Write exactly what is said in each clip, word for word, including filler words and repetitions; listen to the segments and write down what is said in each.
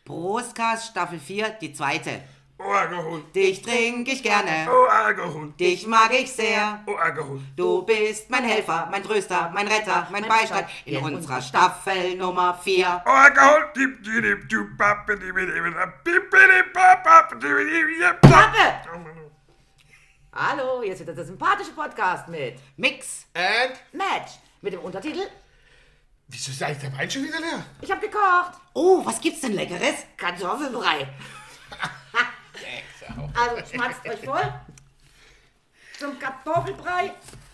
Proscast Staffel vier, die zweite. Oh, Alkohol. Dich trinke ich gerne. Oh, Alkohol. Dich mag ich sehr. Oh, Alkohol. Du bist mein Helfer, mein Tröster, mein Retter, mein Beistand in unserer Staffel Nummer vier. Oh, Alkohol. Pappe! Hallo, hier ist wieder der sympathische Podcast mit Mix. And? Match mit dem Untertitel Wieso ist eigentlich der Wein schon wieder leer? Ich hab gekocht. Oh, was gibt's denn Leckeres? Kartoffelbrei. Also schmatzt euch voll zum Kartoffelbrei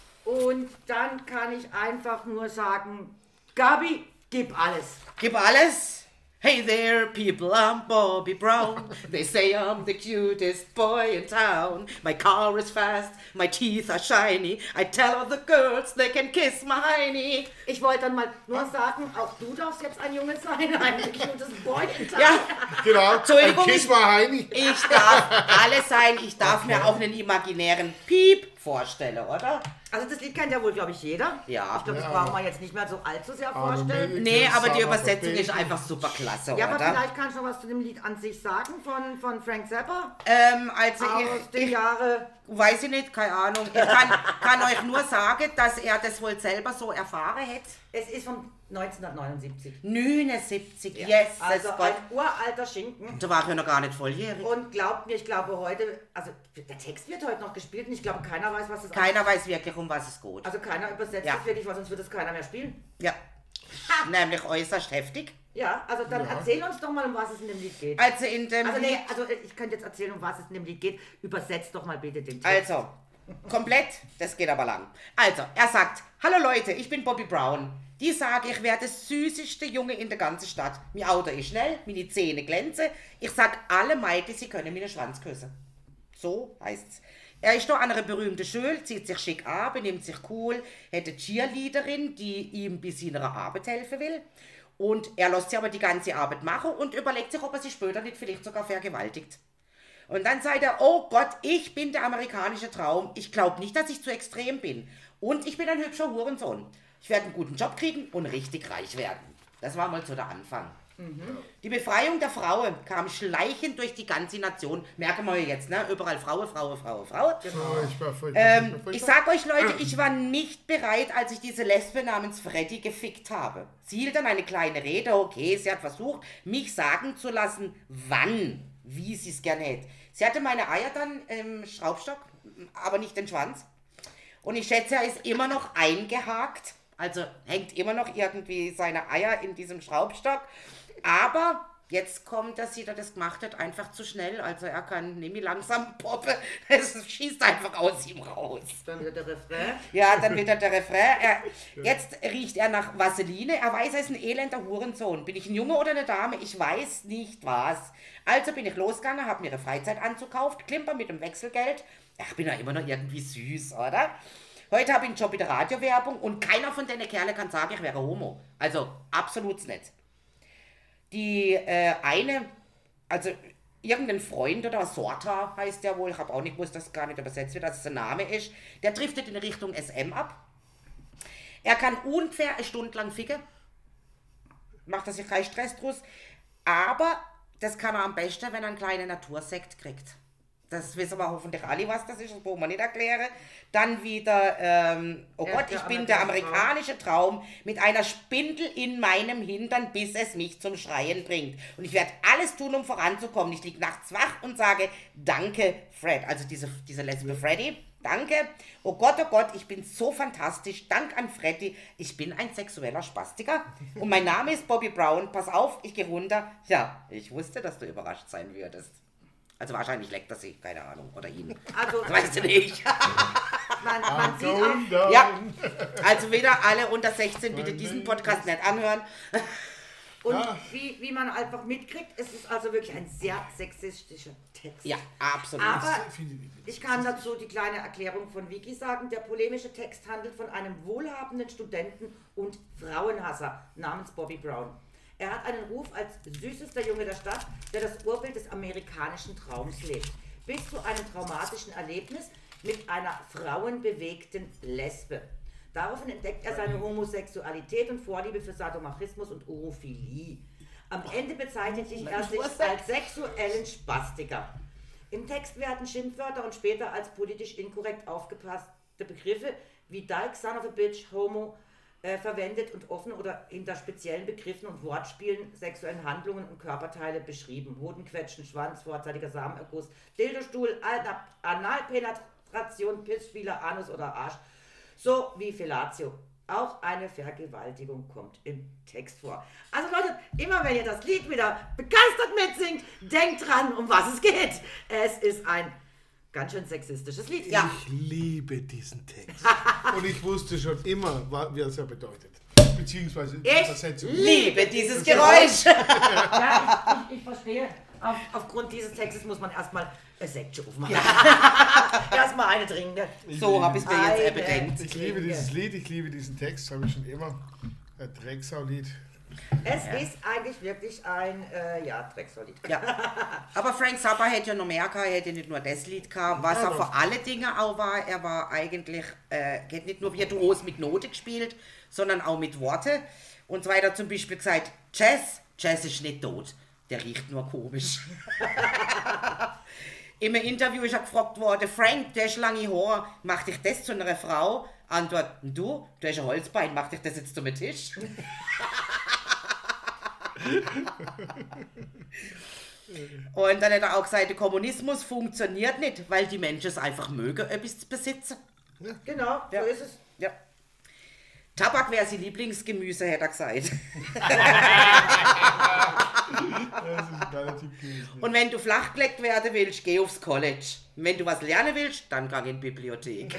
und dann kann ich einfach nur sagen, Gabi, gib alles. Gib alles. Hey there, people, I'm Bobby Brown. They say I'm the cutest boy in town. My car is fast, my teeth are shiny. I tell all the girls they can kiss my hiney. Ich wollte dann mal nur sagen, auch du darfst jetzt ein Junge sein, ein the cutest boy in town. Ja, Genau. Entschuldigung, Ein Kiss mal Heini. ich darf alles sein. Ich darf mir auch einen imaginären Piep vorstellen, oder? Also das Lied kennt ja wohl, glaube ich, jeder. Ja. Ich glaube, das Ja. brauchen wir jetzt nicht mehr so allzu sehr Ah, vorstellen. Nee, aber die Summer Übersetzung for ist Baby. einfach super klasse, Ja, aber oder? vielleicht kannst du noch was zu dem Lied an sich sagen von, von Frank Zappa. Ähm, also Aus ich, den ich Jahre. weiß ich nicht, keine Ahnung. Ich kann, kann euch nur sagen, dass er das wohl selber so erfahren hat. Es ist von neunzehnhundertneunundsiebzig. neunundsiebzig, yes, Also das ein Gott. uralter Schinken. Da war ich ja noch gar nicht volljährig. Und glaubt mir, ich glaube heute, also der Text wird heute noch gespielt und ich glaube, keiner weiß, was es ist. Keiner weiß wirklich, um was es geht. Also keiner übersetzt Ja. es wirklich, weil sonst wird es keiner mehr spielen. Ja, nämlich äußerst heftig. Ja, also dann Ja. erzähl uns doch mal, um was es in dem Lied geht. Also in dem Also Lied, nee, also ich könnte jetzt erzählen, um was es in dem Lied geht. Übersetzt doch mal bitte den Text. also, komplett, das geht aber lang. Also, er sagt, hallo Leute, ich bin Bobby Brown. Die sage, ich wäre der süßeste Junge in der ganzen Stadt. Mein Auto ist schnell, meine Zähne glänzen. Ich sag alle Mädchen, sie können meine Schwanz küssen. So heißt's. Er ist noch an einer berühmten Schule, zieht sich schick an, benimmt sich cool, hat eine Cheerleaderin, die ihm bei seiner Arbeit helfen will. Und er lässt sie aber die ganze Arbeit machen und überlegt sich, ob er sie später nicht vielleicht sogar vergewaltigt. Und dann sagt er, oh Gott, ich bin der amerikanische Traum. Ich glaube nicht, dass ich zu extrem bin. Und ich bin ein hübscher Hurensohn. Ich werde einen guten Job kriegen und richtig reich werden. Das war mal so der Anfang. Mhm. Die Befreiung der Frauen kam schleichend durch die ganze Nation. Merken wir jetzt, ne? Überall Frauen, Frauen, Frauen, Frauen. Oh, ich war furchtbar, Ähm, furchtbar, ich furchtbar. sag euch Leute, ich war nicht bereit, als ich diese Lesbe namens Freddy gefickt habe. Sie hielt dann eine kleine Rede, okay, sie hat versucht, mich sagen zu lassen, wann, wie sie es gerne hätte. Sie hatte meine Eier dann im Schraubstock, aber nicht den Schwanz. Und ich schätze, er ist immer noch eingehakt, also hängt immer noch irgendwie seine Eier in diesem Schraubstock. Aber jetzt kommt, dass sie da das gemacht hat, einfach zu schnell. Also er kann nämlich langsam poppen. Es schießt einfach aus ihm raus. Dann wieder der Refrain. Ja, dann wird er der Refrain. Er, jetzt riecht er nach Vaseline. Er weiß, er ist ein elender Hurensohn. Bin ich ein Junge oder eine Dame? Ich weiß nicht was. Also bin ich losgegangen, habe mir ihre Freizeit anzukauft, klimper mit dem Wechselgeld. Ach, bin ja immer noch irgendwie süß, oder? Heute habe ich einen Job in der Radiowerbung und keiner von den Kerlen kann sagen, ich wäre homo. Also absolut nicht. Die äh, eine, also irgendein Freund oder Sorta heißt der wohl, ich habe auch nicht gewusst, dass es gar nicht übersetzt wird, dass es ein Name ist, der driftet in Richtung S M ab. Er kann ungefähr eine Stunde lang ficken, macht er sich keinen Stress draus, aber das kann er am besten, wenn er einen kleinen Natursekt kriegt. Das wissen wir hoffentlich alle, was das ist, das brauchen wir nicht erklären. Dann wieder, ähm, oh Er Gott, ist der ich bin der amerikanische amerikanische Traum mit einer Spindel in meinem Hintern, bis es mich zum Schreien bringt. Und ich werde alles tun, um voranzukommen. Ich liege nachts wach und sage, danke, Fred. Also diese, diese Lesbe Freddy, danke. Oh Gott, oh Gott, ich bin so fantastisch. Dank an Freddy. Ich bin ein sexueller Spastiker. Und mein Name ist Bobby Brown. Pass auf, ich gehe runter. Ja, ich wusste, dass du überrascht sein würdest. Also wahrscheinlich leckt er sie, keine Ahnung, oder ihn. Also, Das weißt du nicht. man, man sieht Going auch, down. Ja, also wieder alle unter sechzehn bitte diesen Podcast nicht anhören. und Ja. wie, wie man einfach mitkriegt, es ist also wirklich ein sehr sexistischer Text. Ja, absolut. Aber Finde ich- ich kann dazu die kleine Erklärung von Vicky sagen. Der polemische Text handelt von einem wohlhabenden Studenten und Frauenhasser namens Bobby Brown. Er hat einen Ruf als süßester Junge der Stadt, der das Urbild des amerikanischen Traums lebt. Bis zu einem traumatischen Erlebnis mit einer frauenbewegten Lesbe. Daraufhin entdeckt er seine Homosexualität und Vorliebe für Sadomachismus und Urophilie. Am Ende bezeichnet sich er sich als sexuellen Spastiker. Im Text werden Schimpfwörter und später als politisch inkorrekt aufgepasste Begriffe wie Dyke, Son of a Bitch, Homo äh, verwendet und offen oder hinter speziellen Begriffen und Wortspielen sexuellen Handlungen und Körperteile beschrieben. Hodenquetschen, Schwanz, vorzeitiger Samenerguss, Dildostuhl, Analpenetration, Pissspieler, Anus oder Arsch, so wie Fellatio. Auch eine Vergewaltigung kommt im Text vor. Also Leute, immer wenn ihr das Lied wieder begeistert mitsingt, denkt dran, um was es geht. Es ist ein ganz schön sexistisches Lied. Ja. Ich liebe diesen Text. Und ich wusste schon immer, was er bedeutet. Beziehungsweise ich Übersetzung. liebe dieses Geräusch. Ja, ich, ich, ich verstehe. Auf, aufgrund dieses Textes muss man erstmal ein Sektchen aufmachen. Ja. Erstmal eine trinken. So habe ich es mir jetzt bedenkt. Ich liebe dieses Lied, ich liebe diesen Text, habe ich schon immer. Ein Drecksau-Lied. Es ja. ist eigentlich wirklich ein äh, ja, Drecksau-Lied. Ja. Aber Frank Zappa hätte ja noch mehr gehabt, er hätte nicht nur das Lied gehabt, was er für alle Dinge auch war. Er war eigentlich, äh, hat nicht nur virtuos mit Note gespielt, sondern auch mit Worte. Und so weiter zum Beispiel gesagt, Jazz, Jazz ist nicht tot. Der riecht nur komisch. Im Interview ist er gefragt worden, Frank, du hast lange Haare, macht dich das zu einer Frau? Antwort, du, du hast ein Holzbein, macht dich das jetzt zum Tisch? Und dann hat er auch gesagt, der Kommunismus funktioniert nicht, weil die Menschen es einfach mögen, etwas zu besitzen. Ja. Genau, ja. so ist es. Ja. Tabak wäre sein Lieblingsgemüse, hätte er gesagt. Und wenn du flachgelegt werden willst, geh aufs College. Wenn du was lernen willst, dann geh in die Bibliothek.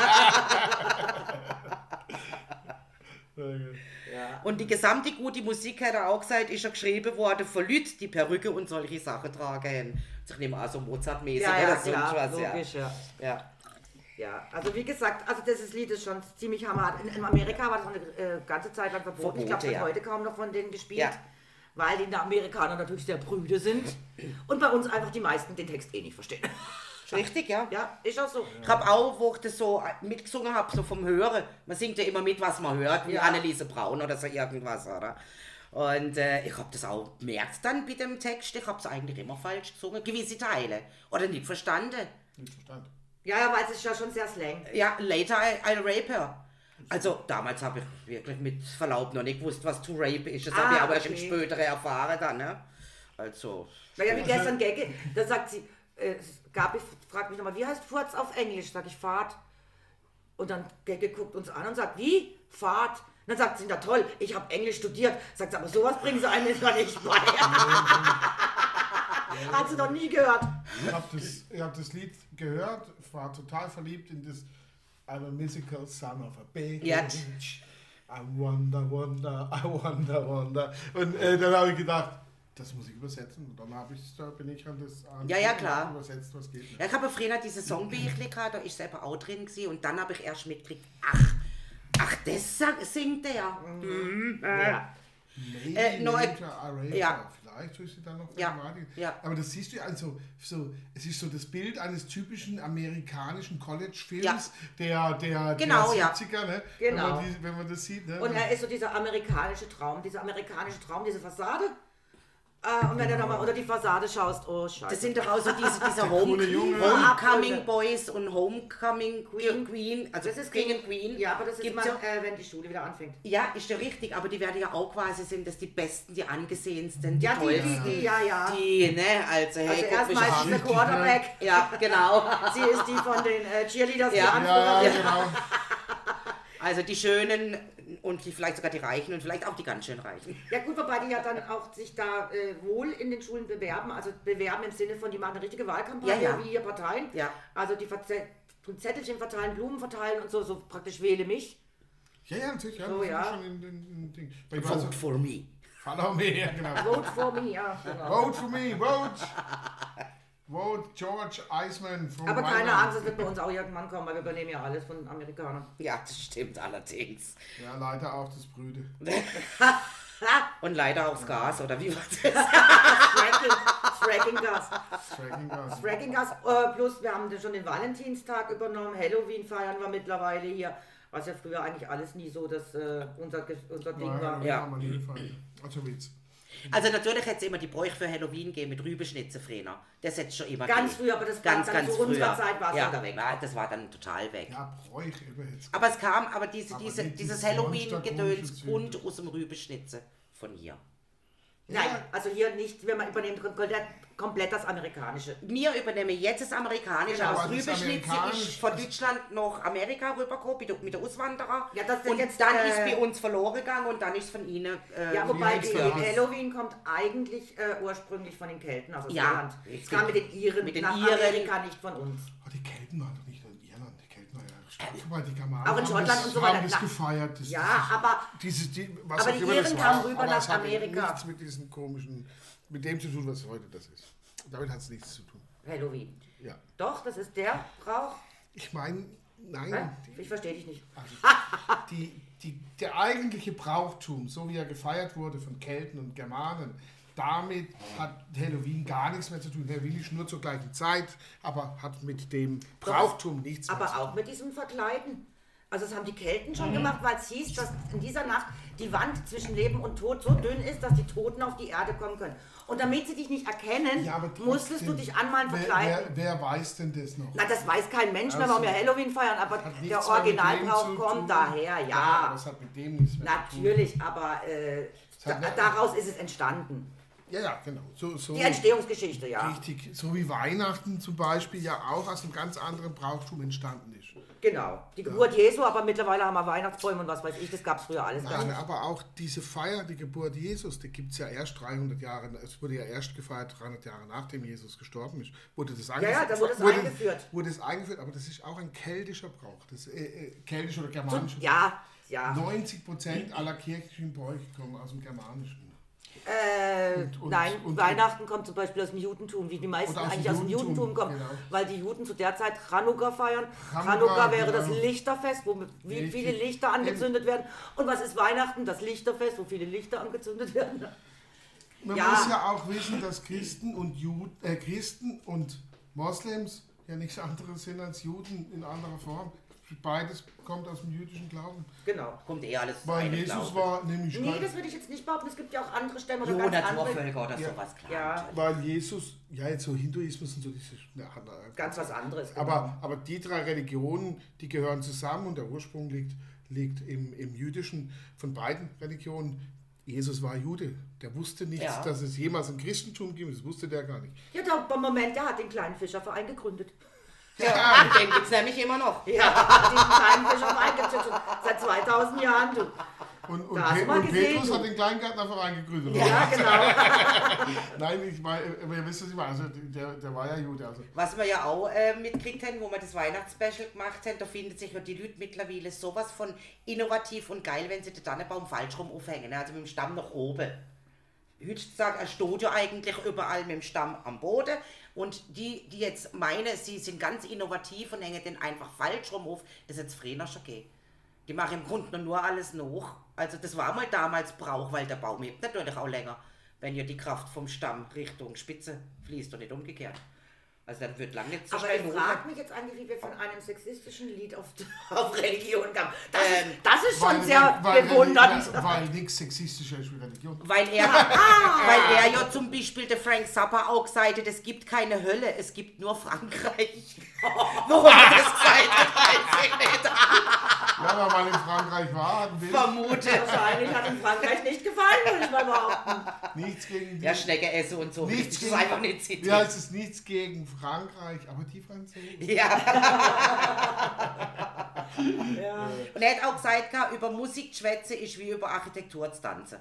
Ja. Und die gesamte gute Musik, hat er auch gesagt, ist ja geschrieben worden von Leuten, die Perücke und solche Sachen tragen. Ich nehme an, so Mozart-mäßig ja, ja, oder so klar, was. Logisch, ja. Ja. Ja. Ja, also wie gesagt, also das Lied ist schon ziemlich hammer. In, in Amerika war das eine äh, ganze Zeit lang verboten. Verbote, ich glaube, ja. heute kaum noch von denen gespielt, Ja. weil die Amerikaner natürlich sehr prüde sind und bei uns einfach die meisten den Text eh nicht verstehen. Richtig, ja. Ja, ist auch so. Ich habe auch, wo ich das so mitgesungen habe, so vom Hören. Man singt ja immer mit, was man hört, wie Ja. Anneliese Braun oder so irgendwas, oder? Und äh, ich habe das auch gemerkt dann bei dem Text, ich habe es eigentlich immer falsch gesungen, gewisse Teile. Oder nicht verstanden. Nicht verstanden. Ja, ja, weil es ist ja schon sehr Slang. Ja, later I, I rape her. Also damals habe ich wirklich mit Verlaub noch nicht gewusst, was to rape ist. Das Ah, habe ich aber okay. erst im Späteren erfahren dann, ne? Also... Naja, wie gestern Gagge, da sagt sie, äh, Gabi fragt mich nochmal, wie heißt Furz auf Englisch? Sag ich, Fahrt. Und dann Gagge guckt uns an und sagt, wie? Fahrt? Und dann sagt sie, na toll, ich habe Englisch studiert. Sagt sie, aber sowas bringen sie einem doch nicht bei. Hat sie noch nie gehört. Ich habe das, ich hab das Lied gehört, war total verliebt in das I'm a musical son of a bitch. Ja. I wonder, wonder, I wonder, wonder. Und äh, dann habe ich gedacht, das muss ich übersetzen. Und dann hab ich, da bin ich an das an Ja, ja, klar. übersetzt, was geht. Ja, ich habe früher diese Songbüchle gehabt, da ist selber auch drin gewesen, und dann habe ich erst mitgekriegt, ach, ach, das sang- singt der. Mhm. Äh. Ja. Maybe Äh, no, later Arabia. ja. Vielleicht tust du dann noch Ja, Thematik. ja. Aber das siehst du also, so, es ist so das Bild eines typischen amerikanischen College-Films Ja. der, der, Genau, der ja. siebziger, ne? Genau. Wenn man, die, wenn man das sieht. Ne? Und er ist so dieser amerikanische Traum, dieser amerikanische Traum, diese Fassade. Äh, und wenn du nochmal unter die Fassade schaust, oh Scheiße. Das sind doch auch so diese, diese Der Home, coole Junge. Homecoming Boys und Homecoming Queen, Queen also das ist King King- and Queen. Ja, aber das ist Gibt's immer, ja. äh, wenn die Schule wieder anfängt. Ja, ist ja richtig, aber die werden ja auch quasi, sind das die Besten, die angesehensten, die Ja, die, tollsten. die, die, ja, ja. Die, ne, also hey, Also guck erst mich meistens an. der Quarterback. Ja, genau. Sie ist die von den äh, Cheerleaders, die Ja. Ja, Anführer. genau. Also die Schönen und die, vielleicht sogar die Reichen und vielleicht auch die ganz schön Reichen. Ja gut, wobei die ja dann auch sich da äh, wohl in den Schulen bewerben, also bewerben im Sinne von, die machen eine richtige Wahlkampagne, Ja, ja. wie hier Parteien. Ja. Also die Verze- Zettelchen verteilen, Blumen verteilen und so, so praktisch wähle mich. Ja, ja, natürlich. Ja, So, das ja. ist schon ein, ein, ein Ding. Weil ich war so, Vote for me. follow me, ja, genau. Vote for me, ja. Genau. Vote for me, vote! Vote George Eisman from Aber keine Weimar. Angst, es wird bei uns auch irgendwann kommen, weil wir übernehmen ja alles von den Amerikanern. Ja, das stimmt allerdings. Ja, leider auch das Brüde. Und leider aufs Gas, oder wie war das? Fracking, Fracking-Gas. Fracking Gas. Fracking-Gas, äh, plus wir haben schon den Valentinstag übernommen, Halloween feiern wir mittlerweile hier, was ja früher eigentlich alles nie so das, äh, unser, Ge- unser Ding Ja, war. ja, Ja. haben wir nie gefallen. Also Witz. Also natürlich hätte es immer die Bräuche für Halloween gegeben mit Rübenschnitze früher. Das hätte es schon immer Ganz gegeben. früh, aber das ganz, war dann ganz zu unserer früher. Zeit war es ja, schon da weg. Ja, das war dann total weg. Ja, Bräuche immer jetzt. Aber es kam, aber diese, Aber diese, nicht dieses dieses Halloween-Gedöns Monster-komische und aus dem Rübenschnitze von hier. Nein, Ja. also hier nicht, wir übernehmen komplett, komplett das Amerikanische. Wir übernehmen jetzt das Amerikanische. Genau, Aus aber das Rübenschnitze Amerikanisch- ist von Deutschland nach Amerika rübergekommen, mit, mit den Auswanderer. Ja, das sind und jetzt, dann äh, ist bei uns verloren gegangen und dann ist von ihnen... Äh, Ja, wobei jetzt die da was? Halloween kommt eigentlich äh, ursprünglich von den Kelten aus Ja, Irland. es Es kam mit gibt- den Iren mit den nach Iren. Amerika, nicht von uns. Oh, die Kelten waren doch nicht in Irland. Die Kelten waren ja strafbar, die Germanen Auch in haben Schottland das, und so haben weiter. das Na, gefeiert. Das, Ja, das, aber Diese, die, was aber auch die immer das Iren war, kamen rüber aber nach es hatte Amerika. nichts mit diesen komischen, mit dem zu tun, was heute das ist. Damit hat es nichts zu tun. Halloween. Ja. Doch, das ist der Brauch. Ich meine, nein. Hä? Die, Ich verstehe dich nicht. die, die, der eigentliche Brauchtum, so wie er gefeiert wurde von Kelten und Germanen, damit hat Halloween gar nichts mehr zu tun. Halloween ist nur zur gleichen Zeit, aber hat mit dem Brauchtum nichts mehr zu Aber tun. auch mit diesem Verkleiden. Also das haben die Kelten Mhm. schon gemacht, weil es hieß, dass in dieser Nacht die Wand zwischen Leben und Tod so dünn ist, dass die Toten auf die Erde kommen können. Und damit sie dich nicht erkennen, Ja, aber musstest du trotzdem, dich anmalen wer, verkleiden. wer, wer weiß denn das noch? Na, das weiß kein Mensch mehr, Also, warum wir Halloween feiern, aber Hat der nichts mehr mit dem Originalbrauch zu kommt tun. daher, aber ja. das hat mit dem nichts mehr zu tun. Natürlich, aber äh, da, hat ne- daraus ist es entstanden. Ja, ja, genau. So, so Die Entstehungsgeschichte, ja. richtig. So wie Weihnachten zum Beispiel ja auch aus einem ganz anderen Brauchtum entstanden ist. Genau. Die Geburt Jesu, aber mittlerweile haben wir Weihnachtsbäume und was weiß ich, das gab es früher alles gar Nein, nicht. aber auch diese Feier, die Geburt Jesus, die gibt es ja erst dreihundert Jahre, es wurde ja erst gefeiert dreihundert Jahre nachdem Jesus gestorben ist. Wurde das Ja, ja, da wurde es wurde, eingeführt. Wurde es eingeführt, aber das ist auch ein keltischer Brauch. Das äh, äh, keltisch oder germanischer Ja, ja. Brauch. neunzig Prozent aller kirchlichen Bräuche kommen aus dem Germanischen. Äh, Und- und- nein, und- Weihnachten kommt zum Beispiel aus dem Judentum, wie die meisten Oder aus dem eigentlich aus dem Judentum, Judentum kommen, genau. weil die Juden zu der Zeit Chanukka feiern. Chanukka, Chanukka wäre das genau. Lichterfest, wo wie Richtig. viele Lichter angezündet werden. Und was ist Weihnachten? Das Lichterfest, wo viele Lichter angezündet werden. Man Ja. muss ja auch wissen, dass Christen und, Jud äh, Christen und Moslems ja nichts anderes sind als Juden in anderer Form. Beides kommt aus dem jüdischen Glauben. Genau. Kommt eh alles Weil eine Jesus Glaube. war nämlich Nee, kein- das würde ich jetzt nicht behaupten. Es gibt ja auch andere Stämme oder Jo, ganz andere. Naturvölker oder Ja. sowas, klar. Ja. natürlich. Weil Jesus, ja jetzt so Hinduismus und so, das ist ja, Ganz was anderes. genau. aber, aber die drei Religionen, die gehören zusammen und der Ursprung liegt, liegt im, im Jüdischen von beiden Religionen. Jesus war Jude, der wusste nichts, Ja. dass es jemals ein Christentum gibt, das wusste der gar nicht. Ja, der Moment, der hat den kleinen Fischerverein gegründet. Ja, den gibt es nämlich immer noch. Ja, den kleinen Fischerverein gibt es jetzt schon seit zweitausend Jahren. Du. Und, und, Da hast du Pe mal und gesehen, Petrus du. hat den Kleingärtnerverein gegründet. oder? Ja, genau. Nein, ich meine, aber ihr wisst, was ich meine, also der, der war ja Jude. Also. Was wir ja auch äh, mitgekriegt haben, wo wir das Weihnachtsspecial gemacht haben, da findet sich ja die Leute mittlerweile sowas von innovativ und geil, wenn sie den Tannenbaum falsch rum aufhängen, ne? Also mit dem Stamm nach oben. Heutzutage er steht ja eigentlich überall mit dem Stamm am Boden und die, die jetzt meinen, sie sind ganz innovativ und hängen den einfach falsch rum auf, das ist jetzt früher schon geht. Die machen im Grunde nur alles noch. Also das war mal damals Brauch, weil der Baum hebt natürlich auch länger, wenn ja die Kraft vom Stamm Richtung Spitze fließt und nicht umgekehrt. Also dann wird lange nicht so Aber schnell ich hoch. frage mich jetzt eigentlich, wie wir von einem sexistischen Lied auf, auf Religion kamen. Das, Ähm, ist, das ist schon Weil, sehr weil, bewundernd. weil, weil nichts sexistischer ist wie Religion. Weil er, weil er ja zum Beispiel der Frank Zappa auch gesagt hat, es gibt keine Hölle, es gibt nur Frankreich. Warum er das gesagt hat, weiß ich nicht. Ja, weil man in Frankreich war, hatten wir Vermute. Wahrscheinlich hat in Frankreich nicht gefallen, würde ich mal behaupten. nichts gegen die. Ja, Schnecke esse und so. nichts das gegen, ist einfach nicht zitiert. ja, es ist nichts gegen Frankreich, aber die Franzosen. Ja. Ja. Und er hat auch gesagt, gehabt, über Musik zu schwätzen ist wie über Architektur zu tanzen.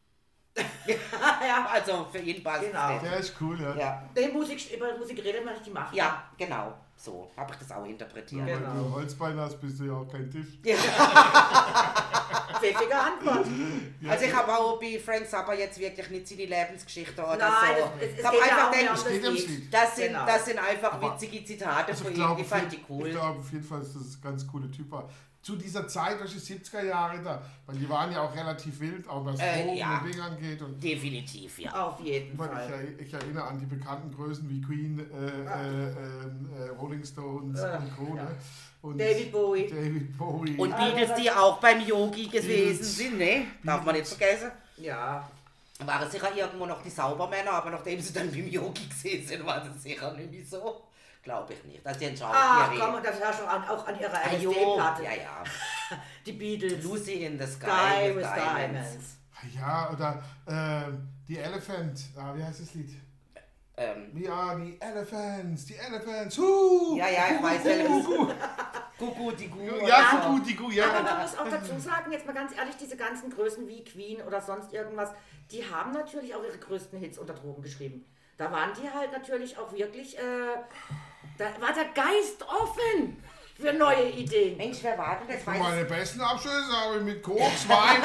ja. Also für ihn passt Genau. es Der ist cool, ja. nicht. Ja. Nee, Musik, über Musik redet man nicht, die macht. Ja, genau. So habe ich das auch interpretiert. Weil Genau. du Holzbein hast, bist du ja auch kein Tisch. Pfeffige Antwort. Also ich habe auch bei Frank Zappa jetzt wirklich nicht seine Lebensgeschichte oder Nein, so. es- es ich habe geht ja einfach auch mehr gedacht, um Es geht ums Lied. Lied. das sind, Genau. das sind einfach Aber- witzige Zitate Also von ich ihm, glaube, die auf fand jeden- ich cool. ich glaube auf jeden Fall, dass das ein ganz cooler Typ war. Zu dieser Zeit, durch die siebziger Jahre da, weil die waren ja auch relativ wild, auch was Äh, Drogen ja. und Ding angeht. Und Definitiv, ja. Auf jeden ich, meine, Fall. ich, ich erinnere an die bekannten Größen wie Queen, äh, äh, äh, Rolling Stones Ah, und Co. ja. Ne? Und David Bowie. David Und Bowie. Ah, Beatles, das- die auch beim Yogi gewesen Beatles. sind, ne? Darf man nicht vergessen. Ja. waren sicher irgendwo noch die Saubermänner, aber nachdem sie dann beim Yogi gesehen sind, war das sicher nicht mehr so. Glaube ich nicht. Das ist ja Ah, komm, und das hast du an, auch an ihrer Ah, L S jo, D-Platte. ja, ja. Die Beatles. Lucy in the Sky, Sky with with Diamonds. Diamonds. Ja, oder äh, die Elephant, ah, wie heißt das Lied? Ähm, We are the Elephants, die Elephants, hu! ja, ja, ich Hu, weiß, hu, welches. hu, hu. Gugu, die Gu. Ja, oder so. Gugu, die Gu, ja. Aber man muss auch dazu sagen, jetzt mal ganz ehrlich, diese ganzen Größen wie Queen oder sonst irgendwas, die haben natürlich auch ihre größten Hits unter Drogen geschrieben. Da waren die halt natürlich auch wirklich, äh, da war der Geist offen für neue Ideen. Mensch, wer war denn das? Weiß Meine besten Abschlüsse habe ich mit Koks, Wein.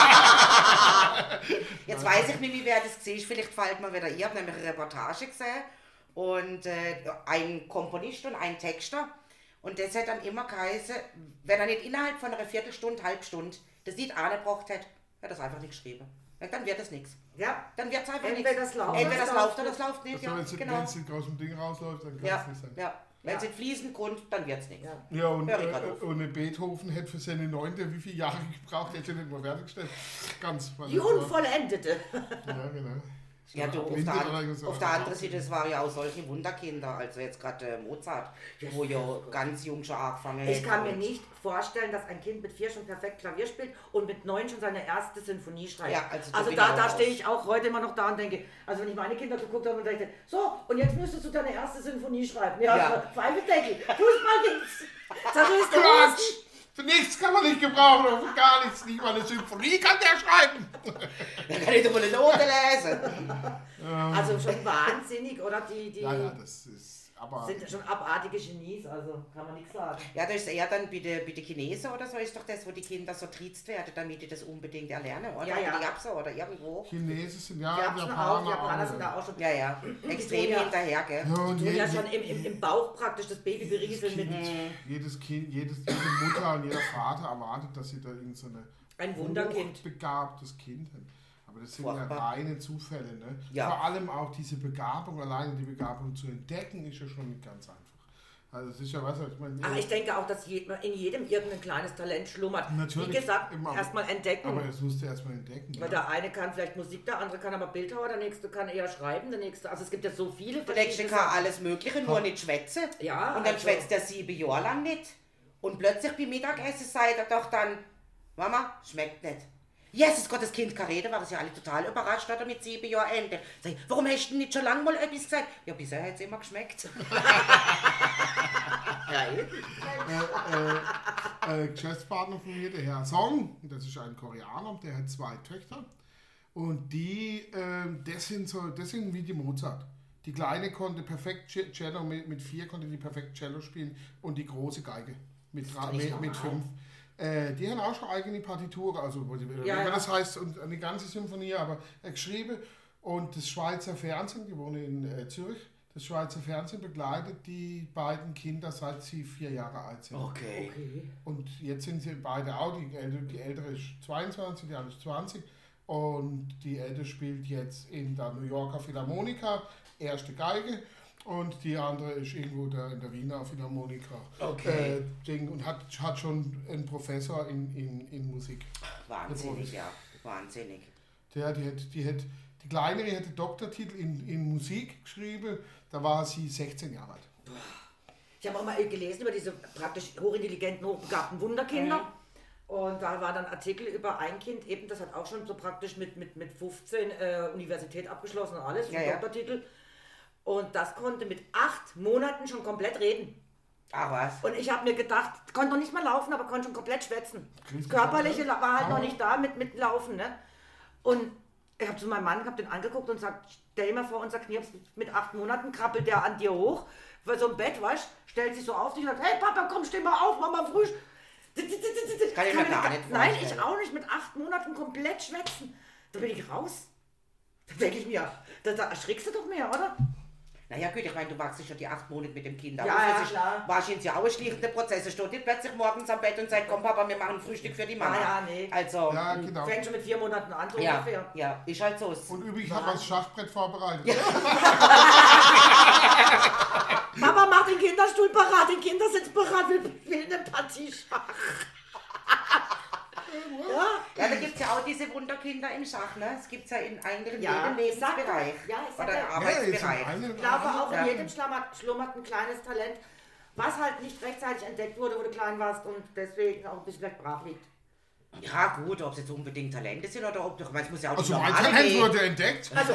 Jetzt weiß ich nicht, wie wer das gesehen ist. Vielleicht fällt mir wieder. Ich habe nämlich eine Reportage gesehen und äh, ein Komponist und ein Texter. Und das hat dann immer geheißen, wenn er nicht innerhalb von einer Viertelstunde, Halbstunde das Lied angebracht hat, hat er das einfach nicht geschrieben. Dann wird das nichts. Ja, Dann wird es einfach Entweder nichts. das läuft, Entweder das oder läuft oder das läuft nicht. Also, Ja, wenn es genau. nicht aus dem Ding rausläuft, dann kann es Ja, nicht sein. ja. Wenn es Ja. in fließend Grund, dann wird es nichts. Ja. Ja, und, Hör ich äh, grad auf. und Beethoven hätte für seine Neunte wie viele Jahre gebraucht, hätte er nicht mal fertiggestellt. Ganz. weil die das war- Unvollendete. Ja, genau. Ja, du, auf Blinde der, oder an, so. auf der anderen Seite, das waren ja auch solche Wunderkinder, also jetzt gerade äh, Mozart, wo ja ganz jung schon angefangen hat. Ich kann mir und- nicht vorstellen, dass ein Kind mit vier schon perfekt Klavier spielt und mit neun schon seine erste Sinfonie schreibt. Ja, also da also bin da, ich auch da raus. stehe ich auch heute immer noch da und denke, also wenn ich meine Kinder geguckt habe und dachte, so, und jetzt müsstest du deine erste Sinfonie schreiben. Ja, Ja. ja. Pfeifendeckel, Fußball gibt's, zerriss den Quatsch! Hosen. Für nichts kann man nicht gebrauchen, oder für gar nichts. Nicht mal eine Symphonie kann der schreiben. Da kann ich doch mal eine Note lesen. Also schon wahnsinnig, oder? Die, die Ja, ja, das ist. Aber. sind schon abartige Genies, also kann man nichts sagen. Ja, das ist eher dann bei den bei den Chinesen oder so, ist doch das, wo die Kinder so triezt werden, damit die das unbedingt erlernen, oder? Ja, ja. In die Japse oder irgendwo. Chinesen sind ja, Die Japaner auch, die Japaner sind da auch schon. Ja, ja, extrem Ja. hinterher, gell? Ja, und Die je, ja je, schon im, im, im Bauch praktisch das Baby berieseln mit jedes Kind, jedes, jede Mutter und jeder Vater erwartet, dass sie da irgend so eine ein Wunderkind. begabtes Kind haben. Aber das sind Furchtbar. ja reine Zufälle. Ne? Ja. Vor allem auch diese Begabung, alleine die Begabung zu entdecken, ist ja schon nicht ganz einfach. Also es ist ja was, ich meine. Aber ich denke auch, dass je, in jedem irgendein kleines Talent schlummert. Natürlich, Wie gesagt, immer. erstmal entdecken. Aber das musst du erstmal entdecken. Weil Ja. der eine kann vielleicht Musik, der andere kann aber Bildhauer, der nächste kann eher schreiben, der nächste. Also es gibt ja so viele Der nächste verschiedene kann Sachen. alles Mögliche, nur nicht schwätzen. Ja, Und dann also- schwätzt er sieben Jahre lang nicht. Und plötzlich beim Mittagessen sagt er doch dann, Mama, schmeckt nicht. Jesus Gott, das Kind kann reden, war es ja alle total überrascht, hat er mit sieben Jahren Ende. Sag ich, warum hast du denn nicht schon lange mal etwas gesagt? Ja, bisher hat es immer geschmeckt. Ja, eben. äh, äh, Geschäftspartner von mir, der Herr Song, das ist ein Koreaner, der hat zwei Töchter. Und die, äh, das, sind so, das sind wie die Mozart. Die Kleine konnte perfekt Ce- Cello, mit, mit vier konnte die perfekt Cello spielen und die große Geige mit, drei, nicht mit, mit normal. fünf. Äh, die haben auch schon eigene Partitur, also wo die, Ja, wenn ja. man das heißt, und eine ganze Symphonie, aber äh, geschrieben. Und das Schweizer Fernsehen, die wohnen in äh, Zürich, das Schweizer Fernsehen begleitet die beiden Kinder, seit sie vier Jahre alt sind. Okay. Okay. Und jetzt sind sie beide auch, die ältere, die ältere ist zweiundzwanzig, die andere ist zwanzig. Und die ältere spielt jetzt in der New Yorker Philharmonika, erste Geige. Und die andere ist irgendwo da in der Wiener Philharmonika. Okay. Äh, Ding, und hat, hat schon einen Professor in, in, in Musik. Wahnsinnig, ja. Wahnsinnig. Der, die, hat, die, hat, die Kleinere hatte Doktortitel in, in Musik geschrieben, da war sie sechzehn Jahre alt. Ich habe auch mal gelesen über diese praktisch hochintelligenten, hochbegabten Wunderkinder. Und da war dann ein Artikel über ein Kind, eben das hat auch schon so praktisch mit, mit, mit fünfzehn äh, Universität abgeschlossen und alles, Ja, ja, ja. Doktortitel. Und das konnte mit acht Monaten schon komplett reden. Ach was. Und ich habe mir gedacht, konnte noch nicht mal laufen, aber konnte schon komplett schwätzen. Kriegst Das du Körperliche schon, ne? war halt noch Aber- nicht da mit, mit Laufen. Ne? Und ich habe zu meinem Mann, habe den angeguckt und gesagt, stell dir mal vor, unser Knirps mit acht Monaten krabbelt der an dir hoch, weil so ein Bett, weißt, stellt sich so auf dich und sagt, hey Papa, komm, steh mal auf, mach mal früh. Kann ich mir gar nicht Nein, vorstellen. ich auch nicht, mit acht Monaten komplett schwätzen. Da bin ich raus. Da denke ich mir, da, da erschrickst du doch mehr, oder? Naja gut, ich meine, du wachst ja schon die acht Monate mit dem Kind. Ja, Aber ja, für sich klar. wahrscheinlich ja auch ein schlichtender Prozess. Er steht nicht plötzlich morgens am Bett und sagt, komm Papa, wir machen Frühstück für die Mama. Ah, ja, nee. Also, Ja, mh, genau. Fängt schon mit vier Monaten an, so ja, ungefähr. ja, ist halt so. Und übrigens haben wir das Schachbrett vorbereitet. Mama, mach den Kinderstuhl parat, den Kindersitz parat, wir spielen eine Partie Schach. Ja, Ja, Ja, da gibt es ja auch diese Wunderkinder im Schach, ne? Es gibt es ja in eigentlich in Ja, jedem ich sag doch. Lebensbereich. Ja, ich sag oder ja. Arbeitsbereich. Ja, Ich glaube auch, Ja. in jedem schlummert, schlummert ein kleines Talent, was halt nicht rechtzeitig entdeckt wurde, wo du klein warst und deswegen auch ein bisschen vielleicht brach liegt. Ja gut, ob es jetzt unbedingt Talente sind oder ob doch, es muss ja auch Also die mein normale Talent gehen. wurde entdeckt. Also,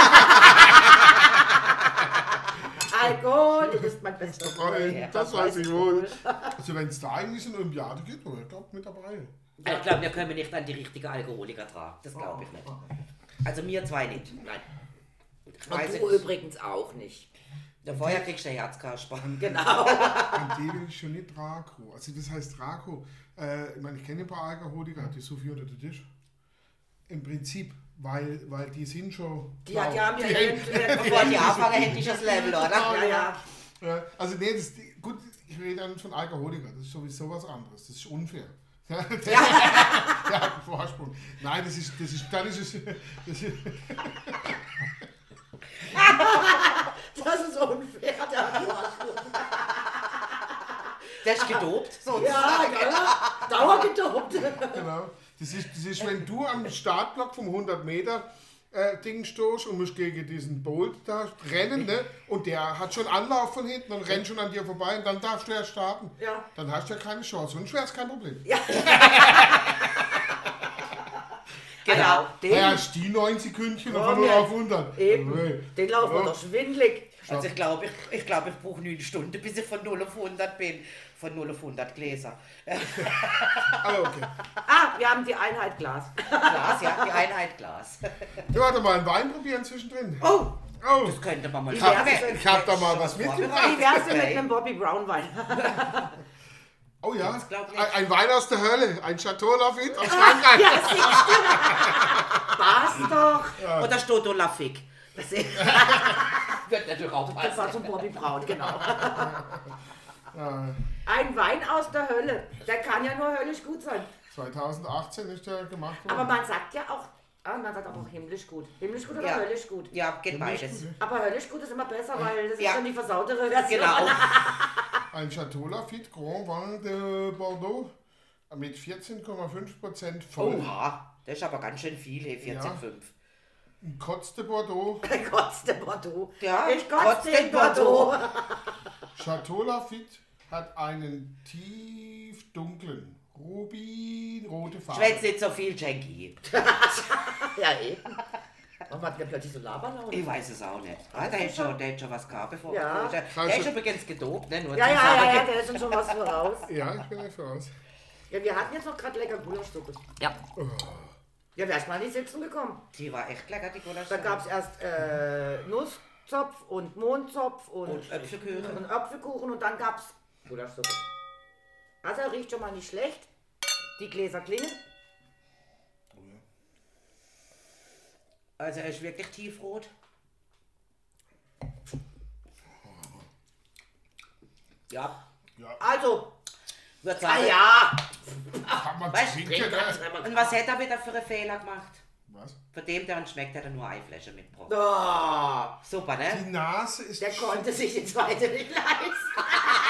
Alkohol, du bist mein bester Freund. Ja, das weiß ich wohl. Also wenn es da irgendwie so eine Olympiade gibt, dann ich glaube mit dabei. Ich glaube, wir können nicht an die richtigen Alkoholiker tragen. Das glaube ich nicht. Also wir zwei nicht. Nein. Ich weiß Und du nicht. übrigens auch nicht. Der vorher kriegst du Herzkasper. Genau. Und die will ich schon nicht Draco. Also das heißt Draco. Äh, ich meine, ich kenne ein paar Alkoholiker, die so viel unter den Tisch. Im Prinzip, weil, weil die sind schon. Die hat ja mir Bevor die anfangen, hätte ich das Level, oder? Ja, ja. Ja, also nee, das, gut, ich rede dann von Alkoholikern, das ist sowieso was anderes, das ist unfair. Ja, ja, Vorsprung. Nein, das ist, das ist, dann ist es, das ist, Das ist unfair, der Vorsprung. Der ist gedopt, sozusagen. Ja, ja. Dauergedopt. genau. Das ist, das ist, wenn du am Startblock vom hundert Meter äh, Ding stehst und musst gegen diesen Bolt da rennen, ne? Und der hat schon Anlauf von hinten und rennt schon an dir vorbei und dann darfst du ja starten. Ja. Dann hast du ja keine Chance und wäre es kein Problem. Ja. Genau. Den, Ja, ist die neun Sekündchen Oh, von null ja. auf hundert. eben. Nee. Den laufen wir Ja. doch schwindelig. Also ich glaube, ich, ich, glaub, ich brauche neun Stunden, bis ich von null auf hundert bin. Von null auf hundert Gläser. Aber okay. Ah, wir haben die Einheit Glas. Glas, ja, die Einheit Glas. Du warte mal einen Wein probieren zwischendrin. Oh, Oh, Das könnte man mal ich habe machen. ich hab da mal Schon was vorbereitet. mitgebracht. wie wär's denn mit einem Bobby Brown Wein? Oh ja, Das glaub ich ein, nicht. ein Wein aus der Hölle, ein Chateau Lafite aus Frankreich. Ja, siehst du. Passt doch. Oder steht da Lafitte. Das ist- wird natürlich auch Das war passen. zum Bobby Brown, genau. Ja, Ein Wein aus der Hölle. Der kann ja nur höllisch gut sein. zweitausendachtzehn ist der gemacht Aber worden. man sagt ja auch, ah, man sagt auch himmlisch gut. Himmlisch gut oder Ja. höllisch gut? Ja, geht beides. Aber höllisch gut ist immer besser, weil das Ja. ist schon die versautere Version. Genau. Ein Chateau Lafite Grand Vin de Bordeaux mit vierzehn Komma fünf Prozent voll. Oha, das ist aber ganz schön viel, hey, vierzehn Komma fünf. Ein Kotz de Bordeaux. Ich kotze Bordeaux. Ja, ich kotze kotze den in Bordeaux. Chateau Lafite hat einen tief dunklen, rubinrote Farbe. Schwätz nicht so viel, Jackie. Ja, eben. Warum hat der plötzlich so Laberlaune? Ich weiß es auch nicht. Ah, der, hat schon, der hat schon was gehabt bevor. Ja. Der, der ist übrigens gedopt, ne? Nur Ja, zum ja, ja, Sagen. ja, der ist uns schon was voraus. Ja, ich bin ja voraus. Ja, wir hatten jetzt noch gerade lecker Gulaschsuppe. Ja, Ja, wer ist mal in die Sitzung gekommen? die war echt lecker, die Gulasch. Da gab es erst äh, Nusszopf und Mondzopf und, Und Äpfelkuchen. und Apfelkuchen und dann gab es Gulaschsuppe. Also er riecht schon mal nicht schlecht. Die Gläser klingen. Also er ist wirklich tiefrot. Ja, Also, würde ah sagen. ja. Kann man Weißt, trinken, Trink ne? ganz, wenn man Und was hätte er wieder für einen Fehler gemacht? Was? Für dem, der uns schmeckt, hat er nur Eifläche mitgebracht. Oh, Super, Die ne? Nase ist... der konnte sich die zweite nicht leisten.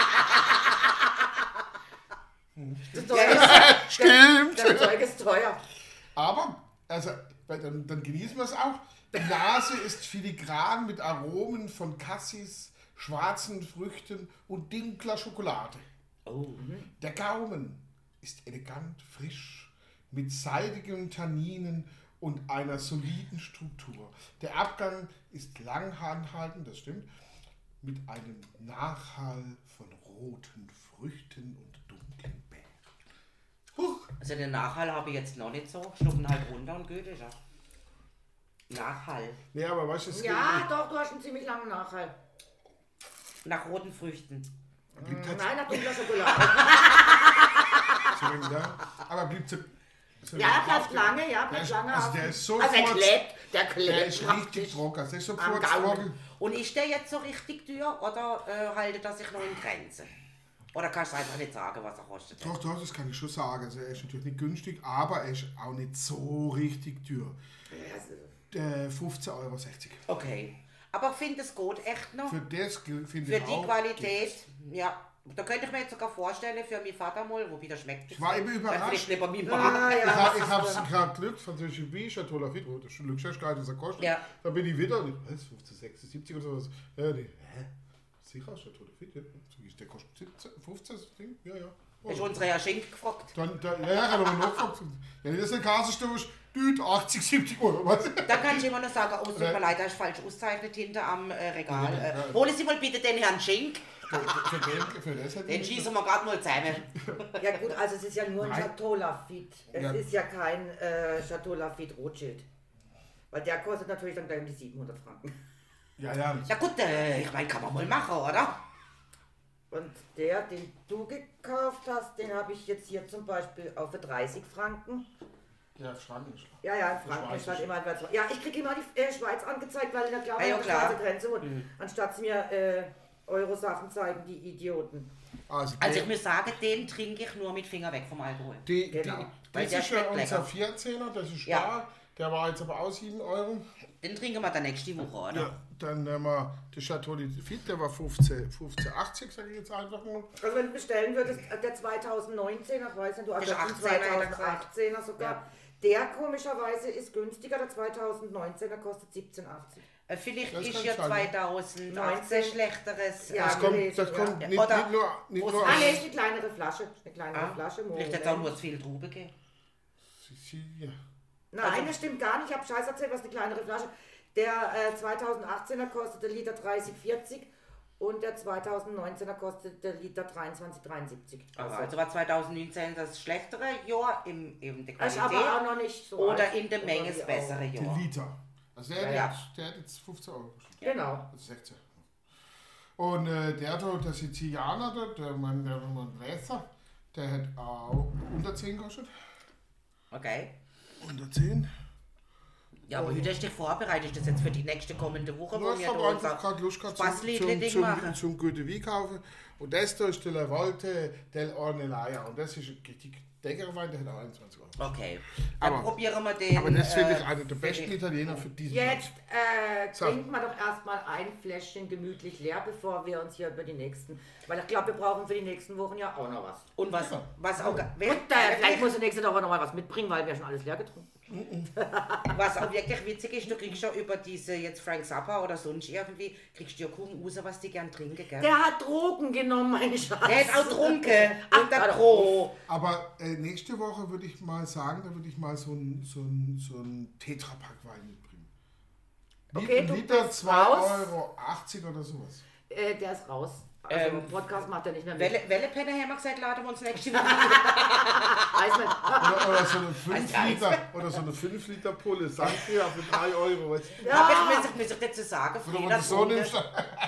Das Zeug ist, Stimmt! das Zeug ist teuer. Aber, also, weil dann, dann genießen wir es auch. Die Nase ist filigran mit Aromen von Cassis, schwarzen Früchten und dunkler Schokolade. Oh. Der Gaumen ist elegant, frisch, mit seidigen Tanninen und einer soliden Struktur. Der Abgang ist lang anhaltend, das stimmt, mit einem Nachhall von roten Früchten und dunklen Beeren. Huch! Also den Nachhall habe ich jetzt noch nicht so. Schlucken halt runter und gut ist er. Nachhall. Nee, aber weißt du, es Ja, doch, du hast einen ziemlich langen Nachhall. Nach roten Früchten. blieb halt Nein, nach dunkler Schokolade. so lange da. Aber blieb so, so Ja, er bleibt auf- lange, ja, Der bleibt ist, lange. also auf- der ist so also er kurz- klebt, der Der klebt ist praktisch. richtig trocken. Der ist so Am kurz Gaumen. trocken. Und ist der jetzt so richtig teuer oder äh, haltet er sich noch in Grenzen? Oder kannst du einfach nicht sagen, was er kostet? Doch, doch, das kann ich schon sagen. Also er ist natürlich nicht günstig, aber er ist auch nicht so richtig teuer. Äh, fünfzehn Euro sechzig. Okay. Aber ich finde es gut, echt noch. Für das finde Für ich die auch, Qualität, ja, Da könnte ich mir jetzt sogar vorstellen, für meinen Vater mal, wo wieder schmeckt. Ich war immer überrascht. Vielleicht nicht bei mir Ah, war. ja. Ich, ha- ich hab's gerade gelügt, französische Wein, Chateau Lafite, oh, das ist Glückschäft, was er kostet. Ja. Da bin ich wieder, und ich, was, fünfzehn, sechsundsiebzig oder sowas. Ja, die, hä? Sicher, Chateau Lafite, ja. So ist der kostet siebzehn, fünfzehn, das Ding, ja, ja. Oh. Ist unsere Herr Schenk gefragt. Dann, da, ja, ja, ich habe aber noch gefragt. Ja, das ist ein Kasenstoß, düt, achtzig, siebzig Euro, was? Da kann ich immer noch sagen, oh, tut mir leid, da ist falsch auszeichnet hinter am äh, Regal. Äh, holen Sie mal bitte den Herrn Schenk. Für, für, den, für das hätte Den ich- schießen wir gerade mal zusammen. Ja gut, also es ist ja nur ein Nein. Chateau Lafite. Es Ja. ist ja kein äh, Chateau Lafite Rothschild. Weil der kostet natürlich dann gleich um die siebenhundert Franken. Ja, ja. Ja gut, äh, ich meine, kann man mal machen, oder? Und der, den du gekauft hast, den habe ich jetzt hier zum Beispiel auch für dreißig Franken. Ja, Schranken. Ja, ja, in Franken Schweiz ist halt ist- immer etwas. Ja, ich kriege immer die äh, Schweiz angezeigt, weil in der Klammer Ah, ja, eine klar. schwarze Grenze muss. Anstatt sie mir äh, Euro-Sachen zeigen, die Idioten. Also, Also der- ich muss sagen, den trinke ich nur mit Finger weg vom Alkohol. Die, Genau. die, Weil das der ist ja schmeckt unser lecker. vierzehner, das ist Ja. da. Der war jetzt aber auch sieben Euro. Den trinken wir dann nächste Woche, oder? Ja, dann nehmen wir den Chateau Lafite, der war fünfzehn, fünfzehn achtzig, sage ich jetzt einfach mal. Also wenn du bestellen würdest, äh, der zweitausendneunzehner, ich weiß nicht, du hast Ist ja den achtzehner, hat er gesagt. zweitausendachtzehner sogar. Ja. Der komischerweise ist günstiger, der zweitausendneunzehner kostet siebzehn achtzig. Äh, Vielleicht Das ist kann ja sein. zweitausendachtzehn neunzehn. schlechteres. Ja, Das ähm, kommt, gelesen, das ja. kommt Ja, nicht, oder- nicht nur, nicht wo- nur Ah aus- ne, ist eine kleinere Flasche. Eine kleinere ah, Flasche. vielleicht jetzt auch nur zu viel Trube gegeben. Ja. Nein, Also- das stimmt gar nicht. Ich habe Scheiß erzählt, was eine kleinere Flasche. Der äh, zweitausendachtzehner kostet der Liter dreißig vierzig und der zweitausendneunzehner kostet der Liter dreiundzwanzig dreiundsiebzig. Also, also war zweitausendneunzehn das schlechtere Jahr im, in der Das ist aber Qualität auch noch nicht so oder alt. in der Menge das Oder wie bessere Die Jahr. Liter. Also der, Ja, hat ja. jetzt, der hat jetzt fünfzehn Euro gekostet. auch. Genau. Also sechzehn. Und äh, der da, der Sizilianer, da, der mein, der mein Bläser, der hat auch unter zehn gekostet. Okay. unter zehn. Ja, aber heute hast du dich vorbereitet, ist das jetzt für die nächste kommende Woche, wo Ja, ich wir habe da einfach unser gerade Lust gehabt zum, Spaßliedli-Ding zum, machen. zum, zum guten Wein kaufen. Und das da ist der La Volte del Ornellaia. Und das ist ein richtig leckerer Wein, der hat auch einundzwanzig Euro. Okay, dann Aber- probieren wir den. Aber das finde ich äh, einer der besten finde ich- Italiener für diesen Jetzt äh, So. trinken wir doch erstmal ein Fläschchen gemütlich leer, bevor wir uns hier über die nächsten. Weil ich glaube, wir brauchen für die nächsten Wochen ja auch noch was. Und was, Ja. was, auch, wer- Und äh, vielleicht muss ich nächste Woche noch mal was mitbringen, weil wir schon alles leer getrunken. was auch wirklich witzig ist, du kriegst ja über diese jetzt Frank Zappa oder sonst irgendwie, kriegst du ja kaum raus, was die gern trinken, gell? Der hat Drogen genommen, mein Schatz. Der ist auch trunken. Ach, Und der warte. Pro. Aber äh, nächste Woche würde ich mal sagen, da würde ich mal so ein, so ein, so ein Tetrapack Wein mitbringen. Okay, Ein du Liter bist zwei raus. Euro achtzig oder sowas. Äh, der ist raus. Also Ähm, Podcast macht er nicht mehr mit. Welle, Wellepenne haben wir gesagt, laden wir uns nächste Woche. Eismann. Oder, oder so eine fünf Als Liter, oder so eine fünf Liter Pulle Sangria für drei Euro. Weißt du? Hab ich, muss, ich, muss ich dazu sagen, Oder wenn Freda du so trunken. nimmst, dann-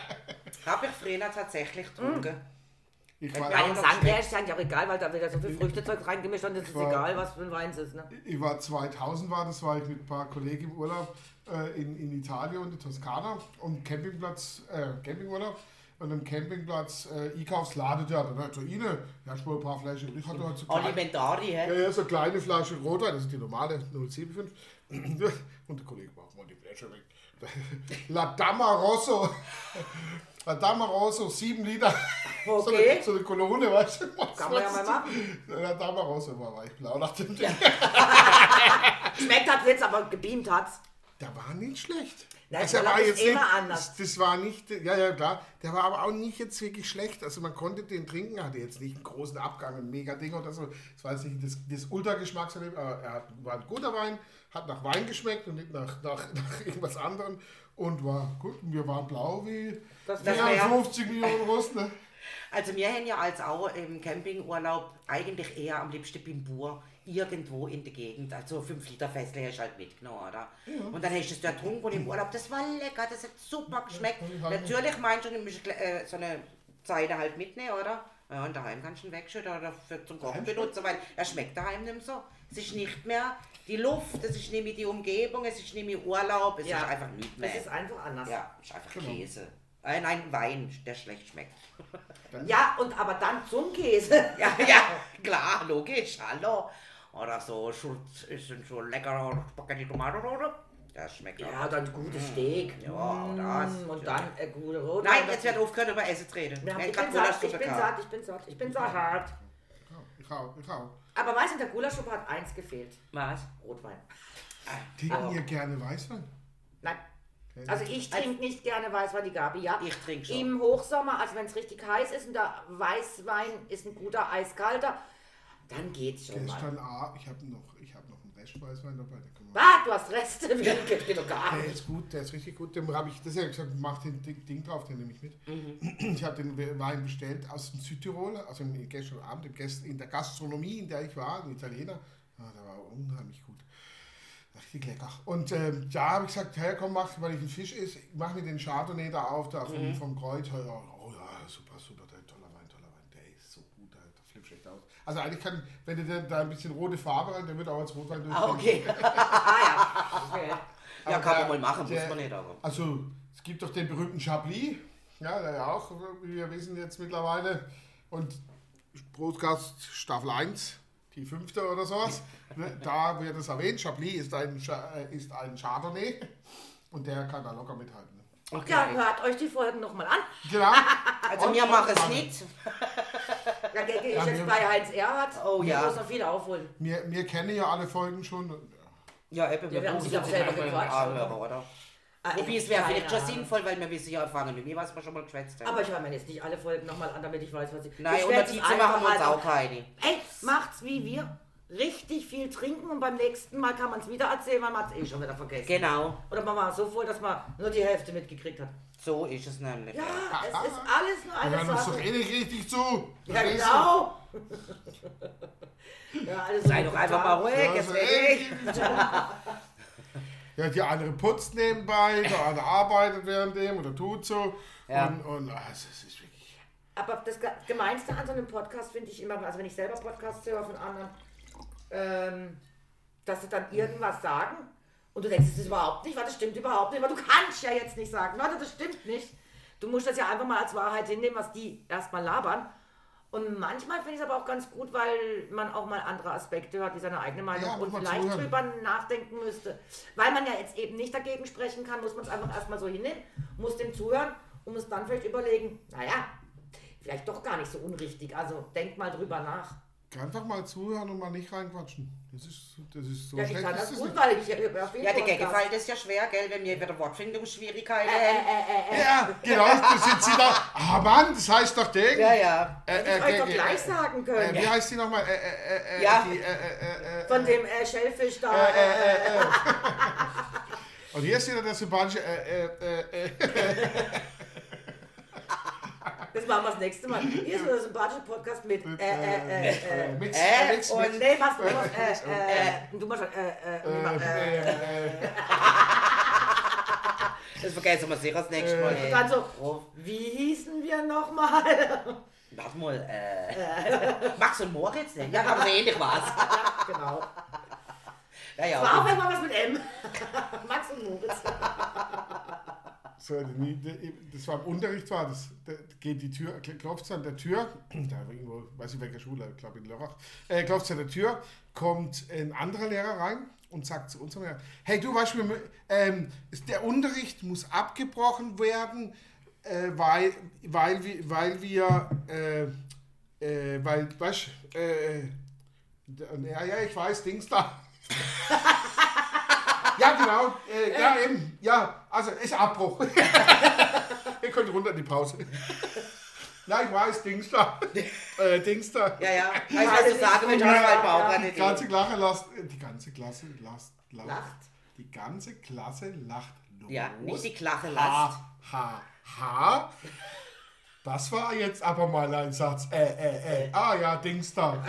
Hab ich Freda tatsächlich getrunken. ich Wenn war, Bei dem noch Sangria schmeckt. ist ja auch egal, weil da wird ja so viel Früchtezeug reingemischt und es ist war- egal, was für ein Wein es ist. Ne? ich war zweitausend war das, war ich mit ein paar Kollegen im Urlaub äh, in, in Italien und in Toskana und Campingplatz, äh, Campingurlaub. Und am Campingplatz äh, Einkaufsladen, ja, dann hat so eine, ja, schon ein paar Flaschen. Und ich hatte halt so kleine, Alimentari, hä? ja, ja, so eine kleine Flasche Rotwein, das ist die normale null sieben fünf. Und der Kollege macht mal die Flasche weg. La Dama Rosso. La Dama Rosso, sieben Liter. So, Okay. eine, so eine Kolonne, weißt du? Was, Kann man ja was mal ist machen. die? La Dama Rosso war, war ich blau nach dem Ding. Schmeckt hat jetzt, aber gebeamt hat's. Der war nicht schlecht. Nein, Also, er Urlaub war ist jetzt immer nicht, anders. Das, das war nicht, ja, ja, klar. Der war aber auch nicht jetzt wirklich schlecht. Also, man konnte den trinken, hatte jetzt nicht einen großen Abgang, ein mega Ding oder so. Das war jetzt nicht das, das Ultra-Geschmackserlebnis, aber er hat, war ein guter Wein, hat nach Wein geschmeckt und nicht nach, nach, nach irgendwas anderem und war gut. Und wir waren blau wie Das Das wär- vierundfünfzig Millionen Russen. Ne? Also wir haben ja als auch im Campingurlaub eigentlich eher am liebsten beim Bur irgendwo in der Gegend. Also fünf Liter Fässle hast du halt mitgenommen, oder? Und dann hast du es da getrunken und im Urlaub, das war lecker, das hat super geschmeckt. Ja, ja. Natürlich meinst du, du musst äh, so eine Zeit halt mitnehmen, oder? Ja, und daheim kannst du ihn wegschütten oder für zum Kochen benutzen, weil er schmeckt daheim nicht mehr so. Es ist nicht mehr die Luft, es ist nicht mehr die Umgebung, es ist nicht mehr Urlaub, es Ja. ist einfach nicht mehr. Das ist einfach anders. Ja, es ist einfach Genau. Käse. Äh, nein, Wein, der schlecht schmeckt. Ja, und aber dann zum Käse. Ja, ja, klar, logisch, hallo. Oder so, Schulz ist ein so lecker Spaghetti Tomatensoße. Das schmeckt Ja, auch. dann ein gutes Steak. Ja, auch das. Mm, Und Ja. dann ein guter Rotwein. Nein, jetzt wird aufgehört über Essen zu reden. Ja, Wir haben ich, grad bin satt, ich Gulaschsuppe bin gehabt. satt, ich bin satt, ich bin satt hart. Ich auch, ich auch. Aber weißt du, in der Gulaschsuppe hat eins gefehlt. Was? Rotwein. Trinken ihr gerne Weißwein? Nein. Also ich trinke nicht gerne Weißwein, die Gabi, ja. Ich trinke schon. Im Hochsommer, also wenn es richtig heiß ist und der Weißwein ist ein guter eiskalter, dann geht's schon mal. Gestern Abend, ich habe noch, ich hab noch einen Rest-Weißwein dabei. Der kann man- Ah, du hast Reste, wie geht geht doch gar Der nicht. ist gut, der ist richtig gut. Dem habe ich das ja gesagt, mach den Ding Ding drauf, den nehme ich mit. Mhm. Ich habe den Wein bestellt aus dem Südtirol, also im- gestern Abend im Gast- in der Gastronomie, in der ich war, ein Italiener. Ah, der war unheimlich gut. Richtig lecker. Und ähm, da habe ich gesagt, hey, komm, mach, weil ich ein Fisch esse, mach mir den Chardonnay da auf, da vom, vom Kreuz. Ja, oh ja, super, super, der toller Wein, toller Wein, der ist so gut, der, der flippt echt aus. Also eigentlich kann, wenn du da, da ein bisschen rote Farbe rein, der wird auch als Rotwein durchgehen. Ah, okay. ah, ja. Okay. Ja, Aber kann man der- mal machen, muss der- man nicht, aber. Also, es gibt doch den berühmten Chablis, ja, der ja auch, wie wir wissen jetzt mittlerweile. Und Podcast Staffel eins, die fünfte oder sowas, ne, da wird es erwähnt, Chablis ist ein, Cha- äh, ist ein Chardonnay und der kann da locker mithalten. Okay. Ja, hört euch die Folgen nochmal an. Genau. Also Und wir machen es spannend. nicht. Da gehe ich Ja, jetzt wir- bei Heinz Erhardt. Oh, Wir ja. muss noch viel aufholen. Wir, wir kennen ja alle Folgen schon. Ja, eben, wir wir haben brauchen sich auch uns selber nicht gequatscht, anhören, oder? Ah, Wobei, ich es wäre hab vielleicht schon keine Ahnung. sinnvoll, weil wir wissen ja erfahren mit mir, was wir schon mal geschwätzt haben. Aber ich höre mir jetzt nicht alle Folgen nochmal an, damit ich weiß, was ich... Nein, ich und werd es Notizen machen wir uns einfach- auch keine. Ey, macht's wie wir. Richtig viel trinken und beim nächsten Mal kann man es wieder erzählen, weil man es eh schon wieder vergessen. Genau, Oder man war so voll, dass man nur die Hälfte mitgekriegt hat. so ist es nämlich. Ja, es ist alles nur Wir eine hören uns doch Sache. eh nicht richtig zu. Ja, Verstehst du? genau. ja, alles Sei doch einfach mal ruhig, Ja, jetzt so, red ey. ich. Ja, die andere putzt nebenbei, der andere arbeitet währenddem oder tut so. Ja. Und, und also, es ist wirklich. Aber das Ge- Gemeinste an so einem Podcast finde ich immer, also wenn ich selber Podcasts höre von anderen, ähm, dass sie dann irgendwas sagen und du denkst, das ist überhaupt nicht, weil das stimmt überhaupt nicht, weil du kannst ja jetzt nicht sagen, Leute, das stimmt nicht. Du musst das ja einfach mal als Wahrheit hinnehmen, was die erstmal labern. Und manchmal finde ich es aber auch ganz gut, weil man auch mal andere Aspekte hört, wie seine eigene Meinung Ja, muss und man vielleicht zuhören. drüber nachdenken müsste. Weil man ja jetzt eben nicht dagegen sprechen kann, muss man es einfach erstmal so hinnehmen, muss dem zuhören und muss dann vielleicht überlegen, naja, vielleicht doch gar nicht so unrichtig. Also denkt mal drüber nach. Einfach mal zuhören und mal nicht reinquatschen. Das ist, das ist so Ja, ich schlecht. kann ist das es gut, nicht. weil ich ja über viel Ja, der Podcast- Gegenfall ist ja schwer, gell, wenn wir wieder Wortfindungsschwierigkeiten Äh, haben. äh, äh, äh. Ja, genau, da sind sie da. Ah Mann, das heißt doch Ding. Ja, ja. Äh, Hätte ich euch doch äh, gleich äh, sagen äh, können. Wie heißt die nochmal? Äh, äh, äh, Ja. Die, äh, äh, äh, Von dem äh, Schellfisch da. Äh, Äh, äh, äh, äh. Und hier ist wieder der sympathische. Äh, äh, äh, äh. das machen wir das nächste Mal. Hier ist der sympathische Podcast mit. Äh, äh, äh, äh. Mix, Äh, äh, Mix, und- Mix. Nee, was? Du machst, äh, äh, du machst, äh, äh, und ich mach, äh, Äh, äh, Das vergessen wir sicher das nächste Mal. und ey. dann so, Oh, wie hießen wir nochmal? warte mal, äh. Max und Moritz, ne? Ja, haben sie ähnlich was. Genau. Ja, ja. War auch immer was mit M. Max und Moritz. So, die- das war im Unterricht, war das. Da geht die Tür, klopft es an der Tür, da irgendwo, weiß ich welcher Schule, ich glaube in Lörrach, äh, klopft es an der Tür, kommt ein anderer Lehrer rein und sagt zu unserem Lehrer, hey du, weißt du, wir mü- ähm, ist- der Unterricht muss abgebrochen werden, äh, weil, weil, wir- weil wir, äh, äh, weil, weißt du, äh, ja, ja, ich weiß, Dings da. Ja, genau. Äh, ja, eben. Ja, also ist Abbruch. Ihr könnt runter in die Pause. Ja, ich weiß, Dings da. Äh, Dings da. Ja, ja. Weißt du, was du sagen willst, Ja, hast du halt ja, auch ja. keine Die ganze Idee. Klasse lasst, äh, die ganze Klasse lasst, lacht. Lacht. Die ganze Klasse lacht los. Ja, nicht die Klache Ha, lasst. ha, ha. Das war jetzt aber mal ein Satz. Äh, äh, äh. Ah ja, Dings da.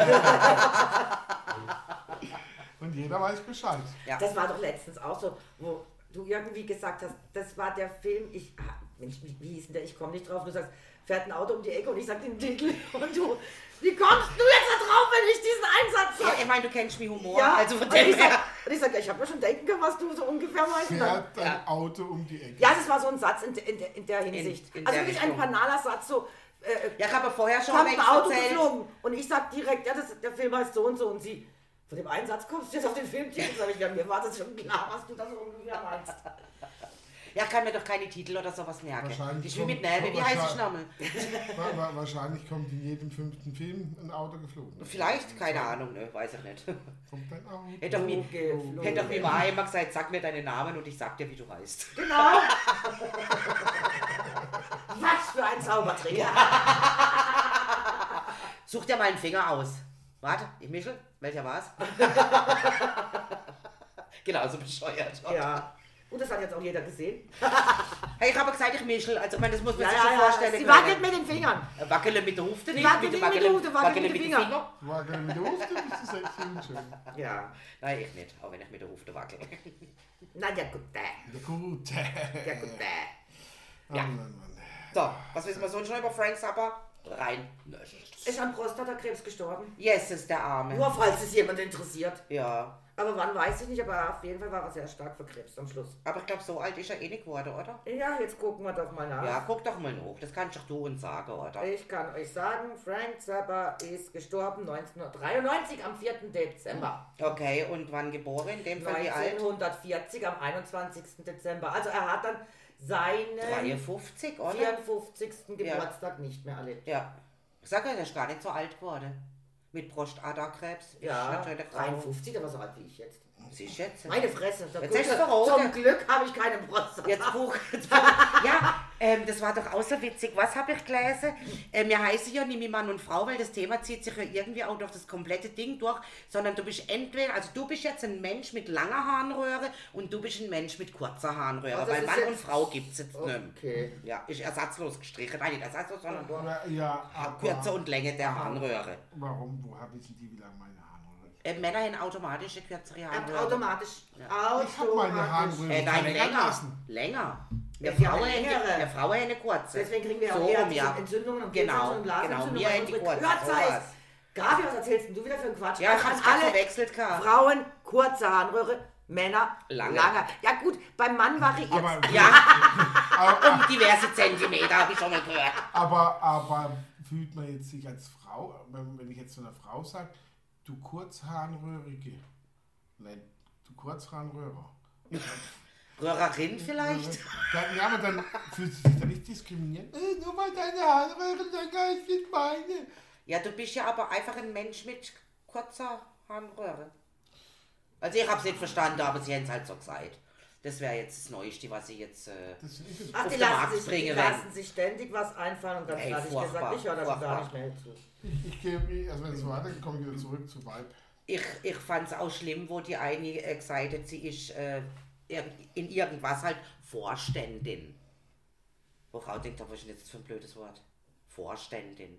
Und jeder weiß Bescheid. Ja. Das war doch letztens auch so, wo du irgendwie gesagt hast, das war der Film, ich, ah, Mensch, wie, wie hieß denn der, ich komme nicht drauf, du sagst, fährt ein Auto um die Ecke und ich sag den Titel und du, wie kommst du jetzt da drauf, wenn ich diesen Einsatz Ja, sag? ich meine, du kennst mich Humor, Ja, also von und dem ich her. sag, und ich sag, ja, ich habe mir schon denken können, was du so ungefähr meinst. Und dann- Fährt ein Auto um die Ecke. Ja, das war so ein Satz in, in, der- in der Hinsicht. in also der wirklich ein Richtung. banaler Satz, so, äh, Ja, ich habe vorher schon kommt mal ein Auto erzählt. geflogen und ich sag direkt, ja, das, der Film heißt so und so und sie, Von dem Einsatz kommst du jetzt auf den Filmtitel, sag ich, ja, mir war das schon klar, was du da so ungefähr meinst. Ja, kann mir doch keine Titel oder sowas merken. Wahrscheinlich Ich will mit kommt- Näbe, wie heißt ich wahrscheinlich- nochmal? Wa- wa- Wahrscheinlich kommt in jedem fünften Film ein Auto geflogen. Vielleicht, keine Ahnung, ne, weiß ich nicht. Kommt ein Auto. Hätte doch, mir, Geflogen. hätte doch mir mal einmal gesagt, sag mir deinen Namen und ich sag dir, wie du heißt. Genau. Was für ein Zaubertrick. Such dir mal einen Finger aus. Warte, ich Michel, welcher war's? Genauso bescheuert. Ja. Gut, das hat jetzt auch jeder gesehen. Hey, ich habe gesagt, ich Michel, also ich meine, das muss man Ja, sich ja, schon ja. vorstellen. Sie können. wackelt mit den Fingern. Wackele mit der Hufte nicht. Wackele dem nicht mit der Hufte, wackele mit den den Finger. Finger. Wagele mit der Hufte, bist du sexy und schön. Ja. Nein, ich nicht, auch wenn ich mit der Hufte wackel. Na, der Gute. Der Gute. Der Gute. Ja. Oh Mann, Mann. So, was wissen wir sonst schon über Frank Zappa? Rein nichts. Ist an Prostatakrebs gestorben. Yes, ist der Arme. Nur falls es jemand interessiert. Ja, Aber wann weiß ich nicht, aber auf jeden Fall war er sehr stark verkrebst am Schluss. aber ich glaube, so alt ist er eh nicht geworden, oder? Ja, jetzt gucken wir doch mal nach. Ja, guck doch mal nach. Das kannst doch du uns sagen, oder? Ich kann euch sagen, Frank Zappa ist gestorben neunzehnhundertdreiundneunzig am vierten Dezember. Okay, und wann geboren? In dem Fall wie alt? neunzehnhundertvierzig am einundzwanzigsten Dezember. Also er hat dann seinen dreiundfünfzig, oder? vierundfünfzigsten Ja. Geburtstag nicht mehr erlebt. Ja. Ich sag ja, der ist gar nicht so alt geworden. Mit Prostatakrebs. Ist Ja, natürlich auch- dreiundfünfzig, der war so alt wie ich jetzt. Sie schätzen. Meine Fresse. Jetzt Zum, hast du verraten. zum Glück habe ich keine Prostata. Jetzt buch, jetzt buch. Ja, ähm, das war doch auch so witzig. Was habe ich gelesen? Ähm, wir heißen ja nicht mehr Mann und Frau, weil das Thema zieht sich ja irgendwie auch durch das komplette Ding durch, sondern du bist entweder, also du bist jetzt ein Mensch mit langer Harnröhre und du bist ein Mensch mit kurzer Harnröhre, Also das weil ist Mann jetzt- und Frau gibt es jetzt nicht mehr. Okay. Ja, ist ersatzlos gestrichen. Nein, nicht ersatzlos, sondern Ja, ja, aber Kürze und Länge der Harnröhre. warum? Woher wissen die, wie lang meine Harnröhre ist? Äh, Männer haben automatische kürzere Äh, Harnröhre. Automatisch. Ich habe meine Automatisch. Harnröhre Äh, nein, verlängern länger. lassen. Länger. Wir Ja, die Frauen haben haben längere. eine Frau hat eine kurze. Deswegen kriegen wir auch so eher rum, diese ja. Entzündungen und Genau, Blasenentzündungen, genau. Blasenentzündungen, Mir weil haben die unsere kurze. Kürzer sowas. ist. Gabi, was erzählst denn du wieder für einen Quatsch? Ja, ich An hab's grad alle verwechselt gehabt. Frauen, kurze Harnröhre, Männer, Lange. lange. Ja gut, beim Mann variiert Aber, Ja, aber, um diverse Zentimeter, habe ich schon mal gehört. aber, aber fühlt man jetzt sich als Frau, wenn wenn ich jetzt zu einer Frau sage, du Kurzharnröhrige, nein, du Kurzharnröhrer. Röhrerin vielleicht? Dann, ja, aber dann fühlst du dich da nicht diskriminiert. Äh, nur weil deine Harnröhre länger ist wie meine. Ja, du bist ja aber einfach ein Mensch mit kurzer Harnröhre. Also ich habe es nicht verstanden, aber sie haben es halt so gesagt. Das wäre jetzt das Neueste, was ich jetzt... Äh, Das ist es. Ach, auf die den Markt lassen, sich, die bringen lassen sich ständig was einfallen und dann Ey, habe ich furchtbar, gesagt, ich höre da schon gar furchtbar. nicht mehr zu. Ich, ich gehe, also wenn es weitergeht, komme ich wieder zurück zu Vibe. ich ich fand es auch schlimm, wo die eine äh, gesagt hat, sie ist äh, irg- in irgendwas halt Vorständin. Wo Frau denkt, was ist denn jetzt für ein blödes Wort? Vorständin.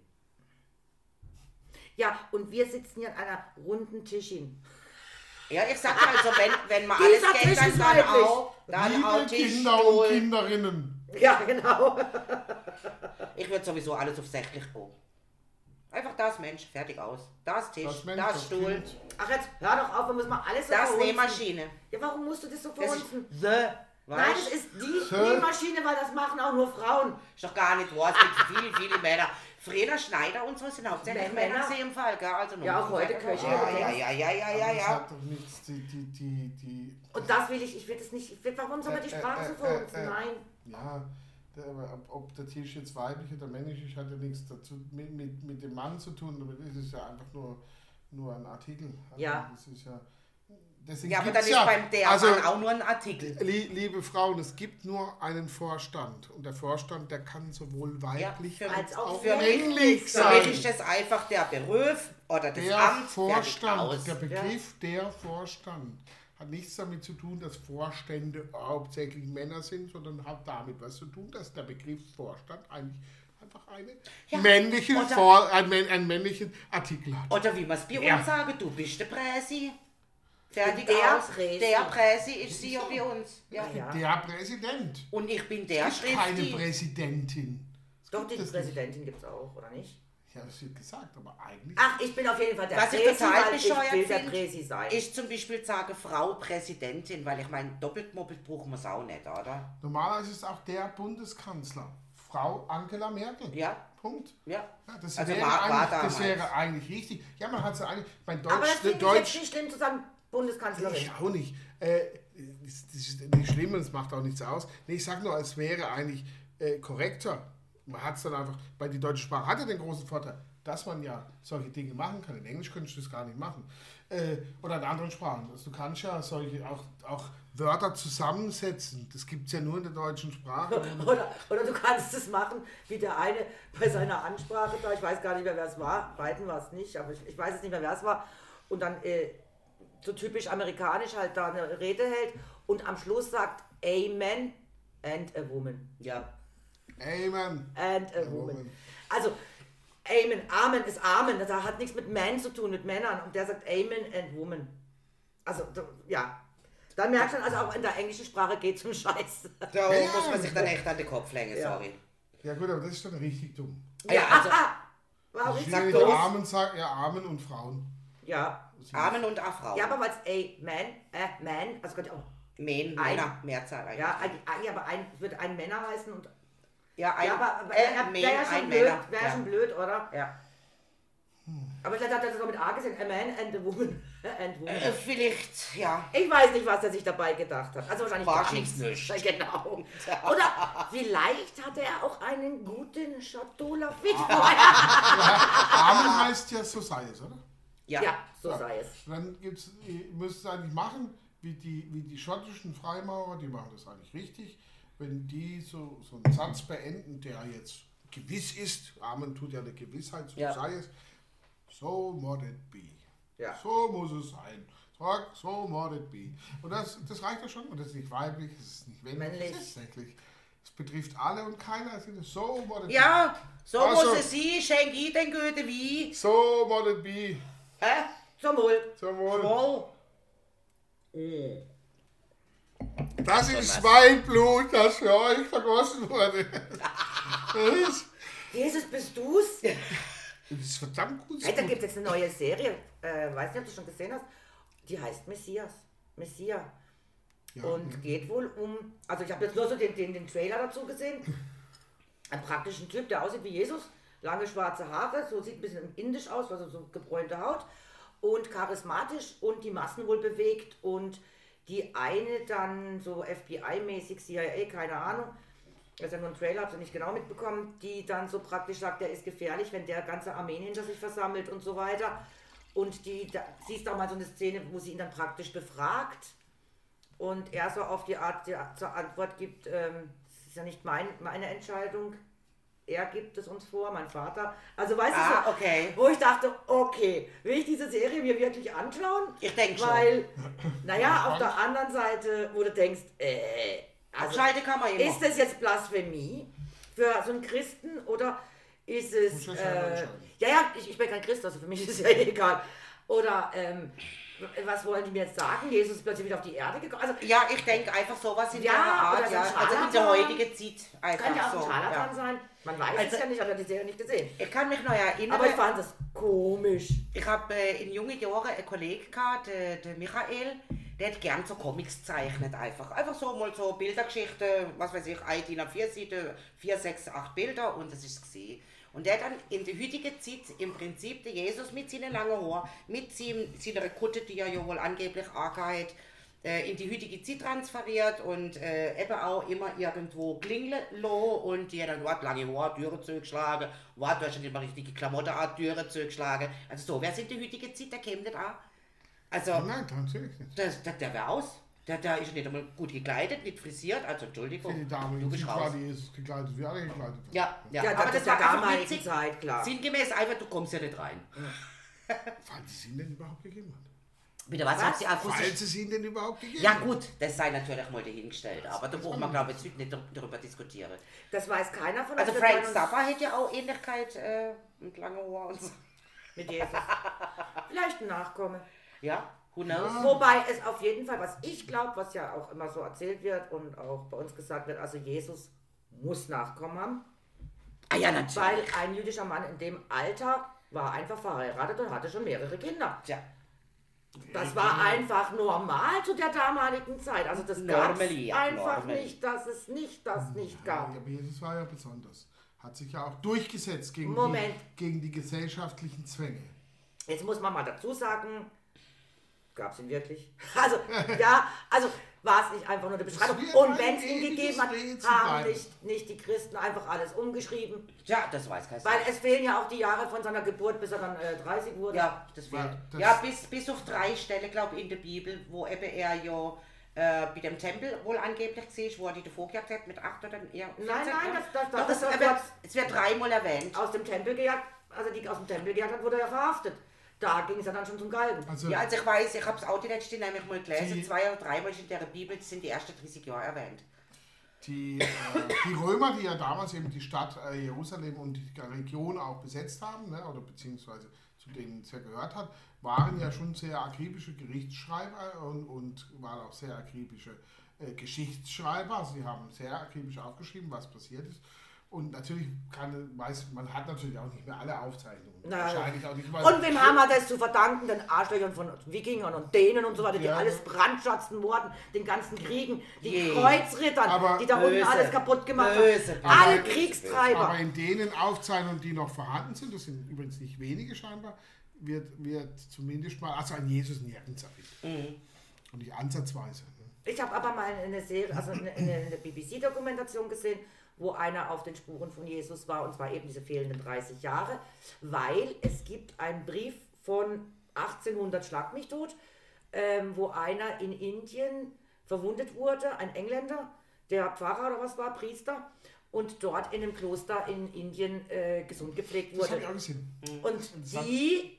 Ja, und wir sitzen hier an einer runden Tischin. Ja, ich sag also, wenn, wenn man Dieser alles kennt, Tisch dann, ist dann weiblich. auch, dann auch Liebe Tisch, Kinder und Stuhl. Kinderinnen. Ja, genau. Ich würde sowieso alles auf sächlich gehen. Einfach das Mensch, fertig aus. Das Tisch, Das das, Mensch, das Stuhl, Kind. Ach jetzt, hör doch auf, wir müssen mal alles so das verhunzen. Nähmaschine. Ja, warum musst du das so Das ist verhunzen? the, Nein, weißt das ist die Hä? Nähmaschine, weil das machen auch nur Frauen. Ist doch gar nicht wahr, es gibt viele, viele Männer. Freda Schneider und so sind hauptsächlich Männer? Männer im Fall, gell? Also nur Ja, um auch zu heute sagen, Köche. Ja, ja, ja, ja, ja, Aber ja, das ja. hat doch nichts, die, die, die, die, Und das will ich, ich will das nicht, ich will, warum soll man die Äh, Sprache äh, so äh, verhunzen? äh, Nein. ja, der, aber ob, ob der Tisch jetzt weiblich oder männlich ist, hat ja nichts dazu mit, mit, mit dem Mann zu tun, aber das ist ja einfach nur, nur ein Artikel. Also Ja. Das ist ja, deswegen Ja, aber dann gibt's ist ja, beim der also, Mann auch nur ein Artikel. Lie- Liebe Frauen, es gibt nur einen Vorstand und der Vorstand, der kann sowohl weiblich für- als als auch auch für mich- männlich Für mich ist sein. das einfach der Beruf oder das Der Amt, fertig Vorstand, aus. der Begriff der Vorstand hat nichts damit zu tun, dass Vorstände hauptsächlich Männer sind, sondern hat damit was zu tun, dass der Begriff Vorstand eigentlich einfach eine Ja, männliche oder- Vor, ein, män- einen männlichen Artikel hat. Oder wie man es bei Ja. uns sagen, du bist der Präsi. Fertig Der aus. Präsi. Der Präsi ist sie ja bei uns. Ja. Ja. Der Präsident. Und ich bin der Es gibt keine Schrifti. Präsidentin. Es Doch, gibt die das nicht. Präsidentin gibt es auch, oder nicht? Ja, das wird gesagt, aber eigentlich. Ach, ich bin auf jeden Fall der Was ich Präsi, total weil ich will bescheuert der finde, Präsi sein. Ich zum Beispiel sage Frau Präsidentin, weil ich meine, doppelt moppelt brauchen wir es auch nicht, oder? Normalerweise ist auch der Bundeskanzler Frau Angela Merkel. Ja. Punkt. Ja. Ja, das, Also wäre war- war eigentlich, damals. das wäre eigentlich richtig. Ja, man hat es ja eigentlich bei Deutsch. Aber das finde ich Deutsch jetzt nicht schlimm zu sagen, Bundeskanzlerin. ich auch nicht. Äh, das, das ist nicht schlimm und es macht auch nichts aus. Nee, ich sage nur, es wäre eigentlich äh, korrekter. Man hat es dann einfach, weil die deutsche Sprache hat ja den großen Vorteil, dass man ja solche Dinge machen kann. In Englisch könntest du das gar nicht machen. Äh, oder in anderen Sprachen. Also du kannst ja solche auch, auch Wörter zusammensetzen. Das gibt es ja nur in der deutschen Sprache. Oder, oder du kannst es machen, wie der eine bei seiner Ansprache da, ich weiß gar nicht mehr, wer es war, Biden war es nicht, aber ich, ich weiß jetzt nicht mehr, wer es war, und dann äh, so typisch amerikanisch halt da eine Rede hält und am Schluss sagt Amen and a woman. Ja. Amen. And a A woman. woman. Also, Amen, Amen ist Amen, das hat nichts mit Man zu tun, mit Männern, und der sagt Amen and woman. Also, da- ja. Dann merkt man, also auch in der englischen Sprache geht es um Scheiß. Da Ja. muss man sich dann echt an den Kopf längen, Ja. sorry. Ja gut, aber das ist dann richtig dumm. Ja, also War auch Ich richtig sag will bloß- nicht Armen sagen, ja Armen und Frauen. Ja. Armen und Afrau. Ja, aber weil es a man, äh, man, also könnte auch, Men, Ein- Männer, Mehrzahl eigentlich. ja, ein, ein, ja, aber ein würde ein Männer heißen und, ja, ein, ja, aber, aber äh, wäre Men, wär ja schon ein blöd, Männer. wäre ja. schon blöd, oder? Ja. Aber vielleicht hat er das noch mit A gesehen, a man and a woman, and woman. Äh, vielleicht, ja. Ich weiß nicht, was er sich dabei gedacht hat. Also wahrscheinlich gar Wahrscheinlich nichts. nicht. Genau. Oder vielleicht hat er auch einen guten Chateau Lafite Ah. vorher. Armen heißt ja so sei es, oder? Ja. Ja, so sei es. Dann gibt's, ihr müsst es eigentlich machen, wie die, wie die schottischen Freimaurer, die machen das eigentlich richtig. Wenn die so, so einen Satz beenden, der jetzt gewiss ist, Amen tut ja eine Gewissheit, so Ja. sei es, so mod it be. Ja. So muss es sein. Sag, so mod it be. Und das, das reicht ja schon. Und das ist nicht weiblich, das ist nicht männlich, Männlich. das ist tatsächlich. Es betrifft alle und keiner ist so mod it be. Ja, so Also- muss es sein, schenk ich den Goethe wie. So mod it be. Hä? Zum Wohl. Zum Wohl. Wohl. Das ist mein Blut, das für euch vergossen wurde. Das Jesus, bist du's? ist verdammt gut. Hey, da gibt es jetzt eine neue Serie, äh, weiß nicht, ob du schon gesehen hast, die heißt Messias. Messia. Ja, Und geht wohl um, also ich habe jetzt nur so den, den, den Trailer dazu gesehen, einen praktischen Typ, der aussieht wie Jesus, lange schwarze Haare, so sieht ein bisschen indisch aus, also so gebräunte Haut und charismatisch und die Massen wohl bewegt und die eine dann so F B I-mäßig, C I A, keine Ahnung, das ist ja nur ein Trailer, habt ihr nicht genau mitbekommen, die dann so praktisch sagt, der ist gefährlich, wenn der ganze Armeen hinter sich versammelt und so weiter. Und die, da siehst du auch mal so eine Szene, wo sie ihn dann praktisch befragt und er so auf die Art die, zur Antwort gibt, ähm, es ist ja nicht mein, meine Entscheidung, er gibt es uns vor, mein Vater. Also weißt Ah, du, so, okay. wo ich dachte, okay, will ich diese Serie mir wirklich anschauen? Ich denk schon. Weil, naja, auf der anderen Seite, wo du denkst, äh, also, Abschalten kann man immer. ist das jetzt Blasphemie für so einen Christen oder ist es... Muss ja selber Äh, entscheiden. ja, ja, ich, ich bin kein Christ, also für mich ist es ja egal. Oder ähm, was wollen die mir jetzt sagen? Jesus ist plötzlich wieder auf die Erde gekommen. Also Ja, ich denke einfach sowas in Ja, der oder Art, so ja. ein Also in der Scharlatan. heutigen Zeit einfach kann ja auch so. ein Scharlatan ja. sein. Man weiß Also- es ja nicht, ich habe die Serie nicht gesehen. Ich kann mich noch erinnern, Aber ich fand das komisch. ich habe äh, in jungen Jahren einen Kollegen gehabt, der, der Michael, der hat gern so Comics gezeichnet einfach. Einfach so mal so Bildergeschichte, was weiß ich, ein D I N A vier Seite, vier, sechs, acht Bilder und das ist gesehen. Und der hat dann in der heutigen Zeit im Prinzip der Jesus mit seinen langen Haaren, mit seinem, seiner Kutte, die er ja wohl angeblich angehört, äh, in die heutige Zeit transferiert und äh, eben auch immer irgendwo klingeln lassen und die hat dann dort lange Haare, Türen zugeschlagen, war dort schon immer richtige Klamotten an, Türen zugeschlagen. Also so, wer sind die heutige Zeit, der käme nicht an. Also, Nein, natürlich nicht. das, das, der wäre aus. Der, der ist nicht einmal gut gekleidet, nicht frisiert, also Entschuldigung, Die Dame, du die bist sind raus. quasi Jesus gekleidet, wie alle gekleidet waren. Ja, ja, Ja, aber das das ist war der einfach damaligen witzig. Zeit, klar. Sinngemäß einfach, du kommst ja nicht rein. Falls es ihn denn überhaupt gegeben hat. Bitte, was, Was? hat sie akustisch? Falls es ihn denn überhaupt gegeben Ja hat. gut, das sei natürlich mal dahingestellt, aber da braucht man glaube ich jetzt nicht darüber diskutieren. Das weiß keiner von Also uns. Frank Wir wollen uns Zappa hätte ja auch Ähnlichkeit äh, mit langen Haaren und so. mit Jesus. Vielleicht ein Nachkomme. Ja, who knows? Wobei es auf jeden Fall, was ich glaube, was ja auch immer so erzählt wird und auch bei uns gesagt wird, also Jesus muss Nachkommen haben, Ah ja, natürlich. weil ein jüdischer Mann in dem Alter war einfach verheiratet und hatte schon mehrere Kinder. Tja, Das war einfach normal zu der damaligen Zeit. Also das gab es Normally, ja, einfach normally. nicht, dass es nicht das nicht Ja, gab. aber Jesus war ja besonders. Hat sich ja auch durchgesetzt gegen, Moment. die, gegen die gesellschaftlichen Zwänge. Jetzt muss man mal dazu sagen, gab es ihn wirklich? Also, ja, also war es nicht einfach nur eine Beschreibung. wird Und ein wenn es ihn ewiges gegeben hat, Rätsel haben bleiben. nicht, nicht die Christen einfach alles umgeschrieben. Ja, das weiß keiner. Weil es fehlen ja auch die Jahre von seiner Geburt, bis er dann äh, dreißig wurde. Ja, das fehlt. Ja, das- Ja, bis, bis auf drei Stellen, glaube ich, in der Bibel, wo eben er ja äh, bei dem Tempel wohl angeblich gesehen, wo er die davor gejagt hat, mit acht oder eher Nein, nein, das, das, Doch, das, es, das, er wird, es wird dreimal erwähnt. aus dem Tempel gejagt, also die aus dem Tempel gejagt hat, wurde er verhaftet. Da ging es ja dann schon zum Galgen. Also, Ja, also ich weiß, ich habe es auch die letzte nämlich mal gelesen, Die- zwei oder dreimal ist in der Bibel sind die ersten dreißig Jahre erwähnt. die, äh, die Römer, die ja damals eben die Stadt äh, Jerusalem und die Region auch besetzt haben, ne, oder beziehungsweise zu denen es ja gehört hat, waren ja schon sehr akribische Gerichtsschreiber und, und waren auch sehr akribische äh, Geschichtsschreiber. Also sie haben sehr akribisch aufgeschrieben, was passiert ist. Und natürlich kann, weiß, man hat natürlich auch nicht mehr alle Aufzeichnungen. Na, Wahrscheinlich auch nicht mal. Und wem haben wir das zu verdanken? Den Arschlöchern von Wikingern und Dänen und so weiter, die Ja. alles brandschatzten, Morden, den ganzen Kriegen, die Je. Kreuzrittern, Aber die da unten böse, alles kaputt gemacht böse, haben. Alle böse, Kriegstreiber. Aber in denen Aufzeichnungen, die noch vorhanden sind, das sind übrigens nicht wenige scheinbar, wird, wird zumindest mal, also an Jesus nirgends erwähnt. Mhm. Und nicht ansatzweise. Ne? Ich habe aber mal eine Serie, also eine, eine B B C-Dokumentation gesehen, wo einer auf den Spuren von Jesus war, und zwar eben diese fehlenden dreißig Jahre, weil es gibt einen Brief von achtzehnhundert, schlag mich tot, ähm, wo einer in Indien verwundet wurde, ein Engländer, der Pfarrer oder was war, Priester, und dort in einem Kloster in Indien äh, gesund gepflegt Das habe wurde. ich auch gesehen. Und die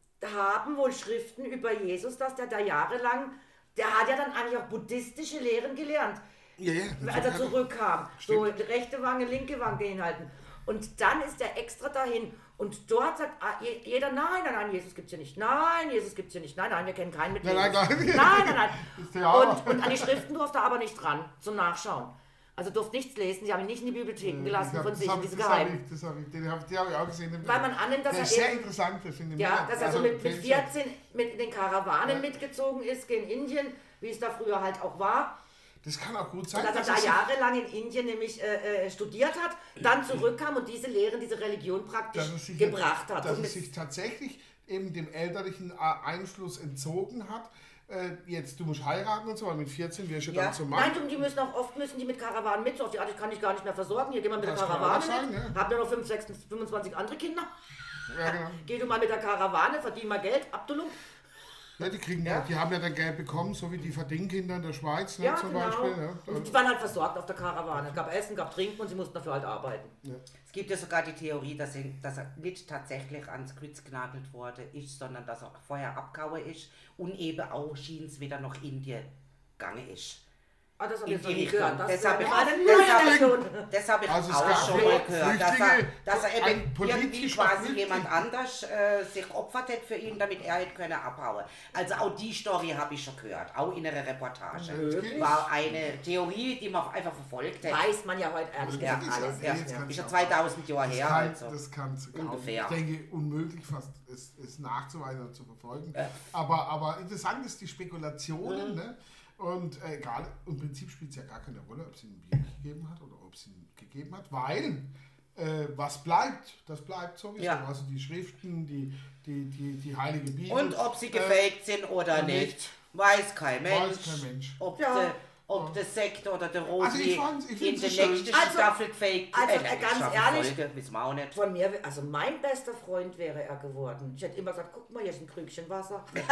haben wohl Schriften über Jesus, dass der da jahrelang, der hat ja dann eigentlich auch buddhistische Lehren gelernt, Ja, ja. als er zurückkam. So rechte Wange, linke Wange hinhalten. Und dann ist er extra dahin und dort sagt ah, je- jeder, nein, nein, nein, Jesus gibt's hier nicht. Nein, Jesus gibt's hier nicht. Nein, nein, wir kennen keinen mit Nein, Jesus. nein, nein. nein, nein, nein. Ist der Hammer. Und, und an die Schriften durfte er aber nicht dran, zum Nachschauen. Also durfte nichts lesen, sie haben ihn nicht in die Bibliotheken gelassen Ja, von das sich, hab- diese das hab Geheimen. ich, das hab ich, den habe hab ich auch gesehen. Weil man annimmt, dass Der er ist sehr eben- interessant, das finde ich. Ja, mega. dass er Also, so mit, mit wenn ich- vierzehn mit in den Karawanen Ja. mitgezogen ist gegen Indien, wie es da früher halt auch war. Das kann auch gut sein. Und dass er dass da es- jahrelang in Indien nämlich äh, äh, studiert hat, dann zurückkam und diese Lehren, diese Religion praktisch dass es sich, gebracht hat. Dass Und es sich tatsächlich eben dem elterlichen äh, Einfluss entzogen hat. Äh, jetzt, du musst heiraten und so, weil mit vierzehn wirst du Ja. dann zum Mann. Nein, du, die müssen auch oft müssen die mit Karawanen mit, so auf die Art, ich kann dich gar nicht mehr versorgen, hier geh mal mit Das der kann Karawane auch sein, mit, ja. hab ja noch fünf, sechs, fünfundzwanzig andere Kinder, Ja, genau. geh du mal mit der Karawane, verdien mal Geld, Abdulung. Ja, die kriegen ja. die haben ja dann Geld bekommen, so wie die Verdingkinder in der Schweiz, ne, Ja, zum genau. Beispiel. Ja. Und die waren halt versorgt auf der Karawane, es gab Essen, gab Trinken und sie mussten dafür halt arbeiten. Es gibt ja sogar die Theorie, dass er, dass er nicht tatsächlich ans Kreuz genagelt worden ist, sondern dass er vorher abgehauen ist und eben auch schien es wieder nach Indien gegangen ist. Ah, das habe In ich noch die nie Richtung. gehört. Das Das wäre habe ich, eine das neue habe Version. ich, das habe ich Also es auch gab schon schon mal gehört, dass er, Flüchtlinge, dass er ein eben politisch irgendwie quasi Flüchtling. jemand anders äh, sich opfert hat für ihn, damit er hätte können abhauen. Also auch die Story habe ich schon gehört, auch in einer Reportage. Wirklich? War eine Theorie, die man einfach verfolgt hat. Weiß man ja heute ehrlich Ja, gesagt alles ja, nicht mehr. kann's ist ja auch- zweitausend Jahre Das her. kann, Also. das kann zu kaum. Ungefähr. Ich denke, unmöglich fast, es, es nachzuweisen oder zu verfolgen. Aber, aber interessant ist die Spekulationen, ne? Und äh, gerade im Prinzip spielt es ja gar keine Rolle, ob es ihn wirklich gegeben hat oder ob es ihn gegeben hat, weil äh, was bleibt, das bleibt sowieso. Ja. Also die Schriften, die, die, die, die Heilige Bibel. Und ob sie äh, gefaked sind oder nicht. nicht, weiß kein Mensch. Weiß kein Mensch. Ob, Ja. der, ob der Sekt oder der Rosi Also ich fand's- ich in find's der schön. nächsten Also- Staffel gefaked also, äh, ganz Staffel ehrlich, Folge, wissen wir auch nicht. Von mir, also mein bester Freund wäre er geworden. Ich hätte immer gesagt, guck mal, hier ist ein Krügchen Wasser. ich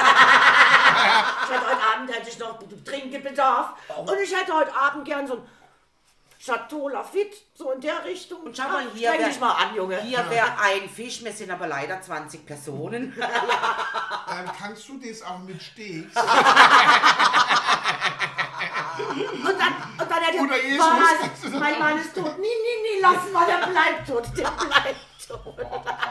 hätte heute Abend hätte ich noch Trinkbedarf. Und ich hätte heute Abend gern so ein Chateau Lafitte, so in der Richtung. Und schau mal, Ah, hier streng wär- dich mal an, Junge. Hier wäre ein Fisch, wir sind aber leider zwanzig Personen. Dann kannst du das auch mit Steaks. Und dann, und dann hätte Oder ich, Jesus. was? Mein Mann ist tot. Nee, nee, nee, lass mal, der bleibt tot. Der bleibt tot.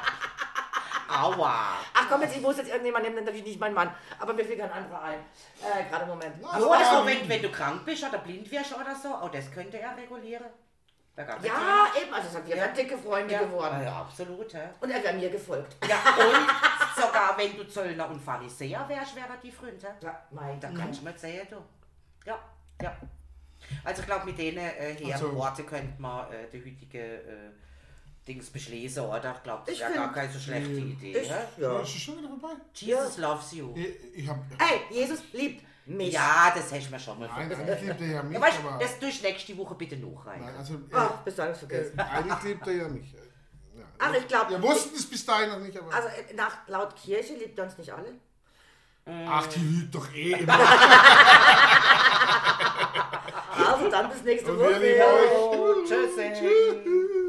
Aua. Ach komm, jetzt, ich muss jetzt irgendjemand nehmen, natürlich nicht mein Mann. Aber mir fällt ein anderer ein. Äh, gerade im Moment. Ja. Also, Aber, also ähm, wenn, wenn du krank bist oder blind wirst oder so, oh, das könnte er regulieren. Da gab's jetzt Ja, eben, also wir Ja. wären dicke Freunde ja. geworden. Ja, absolut. Ja. Und er wäre mir gefolgt. Ja, und das Sogar wenn du Zöllner und Pharisäer wärst, wäre die Freunde. Ja, mein Da kannst du mal sehen, du. Ja, ja. Also ich glaube, mit denen äh, hier Also- Worte könnte man äh, die heutige äh, Dings beschließen, oder? Ich glaube, das Ich wäre gar find- keine so schlechte Idee. Ich, hä? ja. Ist es schon wieder vorbei? Jesus loves you. Ich, ich hab, Hey, Jesus liebt mich. Ja, das hast du mir schon mal nein, gesagt. eigentlich liebt er ja mich, Ja, weißt, aber... das tust du nächste Woche bitte nachreichen. Nein, also, Ach, äh, bis dahin vergessen. äh, eigentlich liebt er ja mich. Ja. Ach, ich glaube... Wir wussten es bis dahin noch nicht, aber... Also äh, nach, laut Kirche liebt er uns nicht alle. Ach, die lügt doch eh immer. Also dann bis nächste Und wir Woche. lieben euch. Oh, tschüss.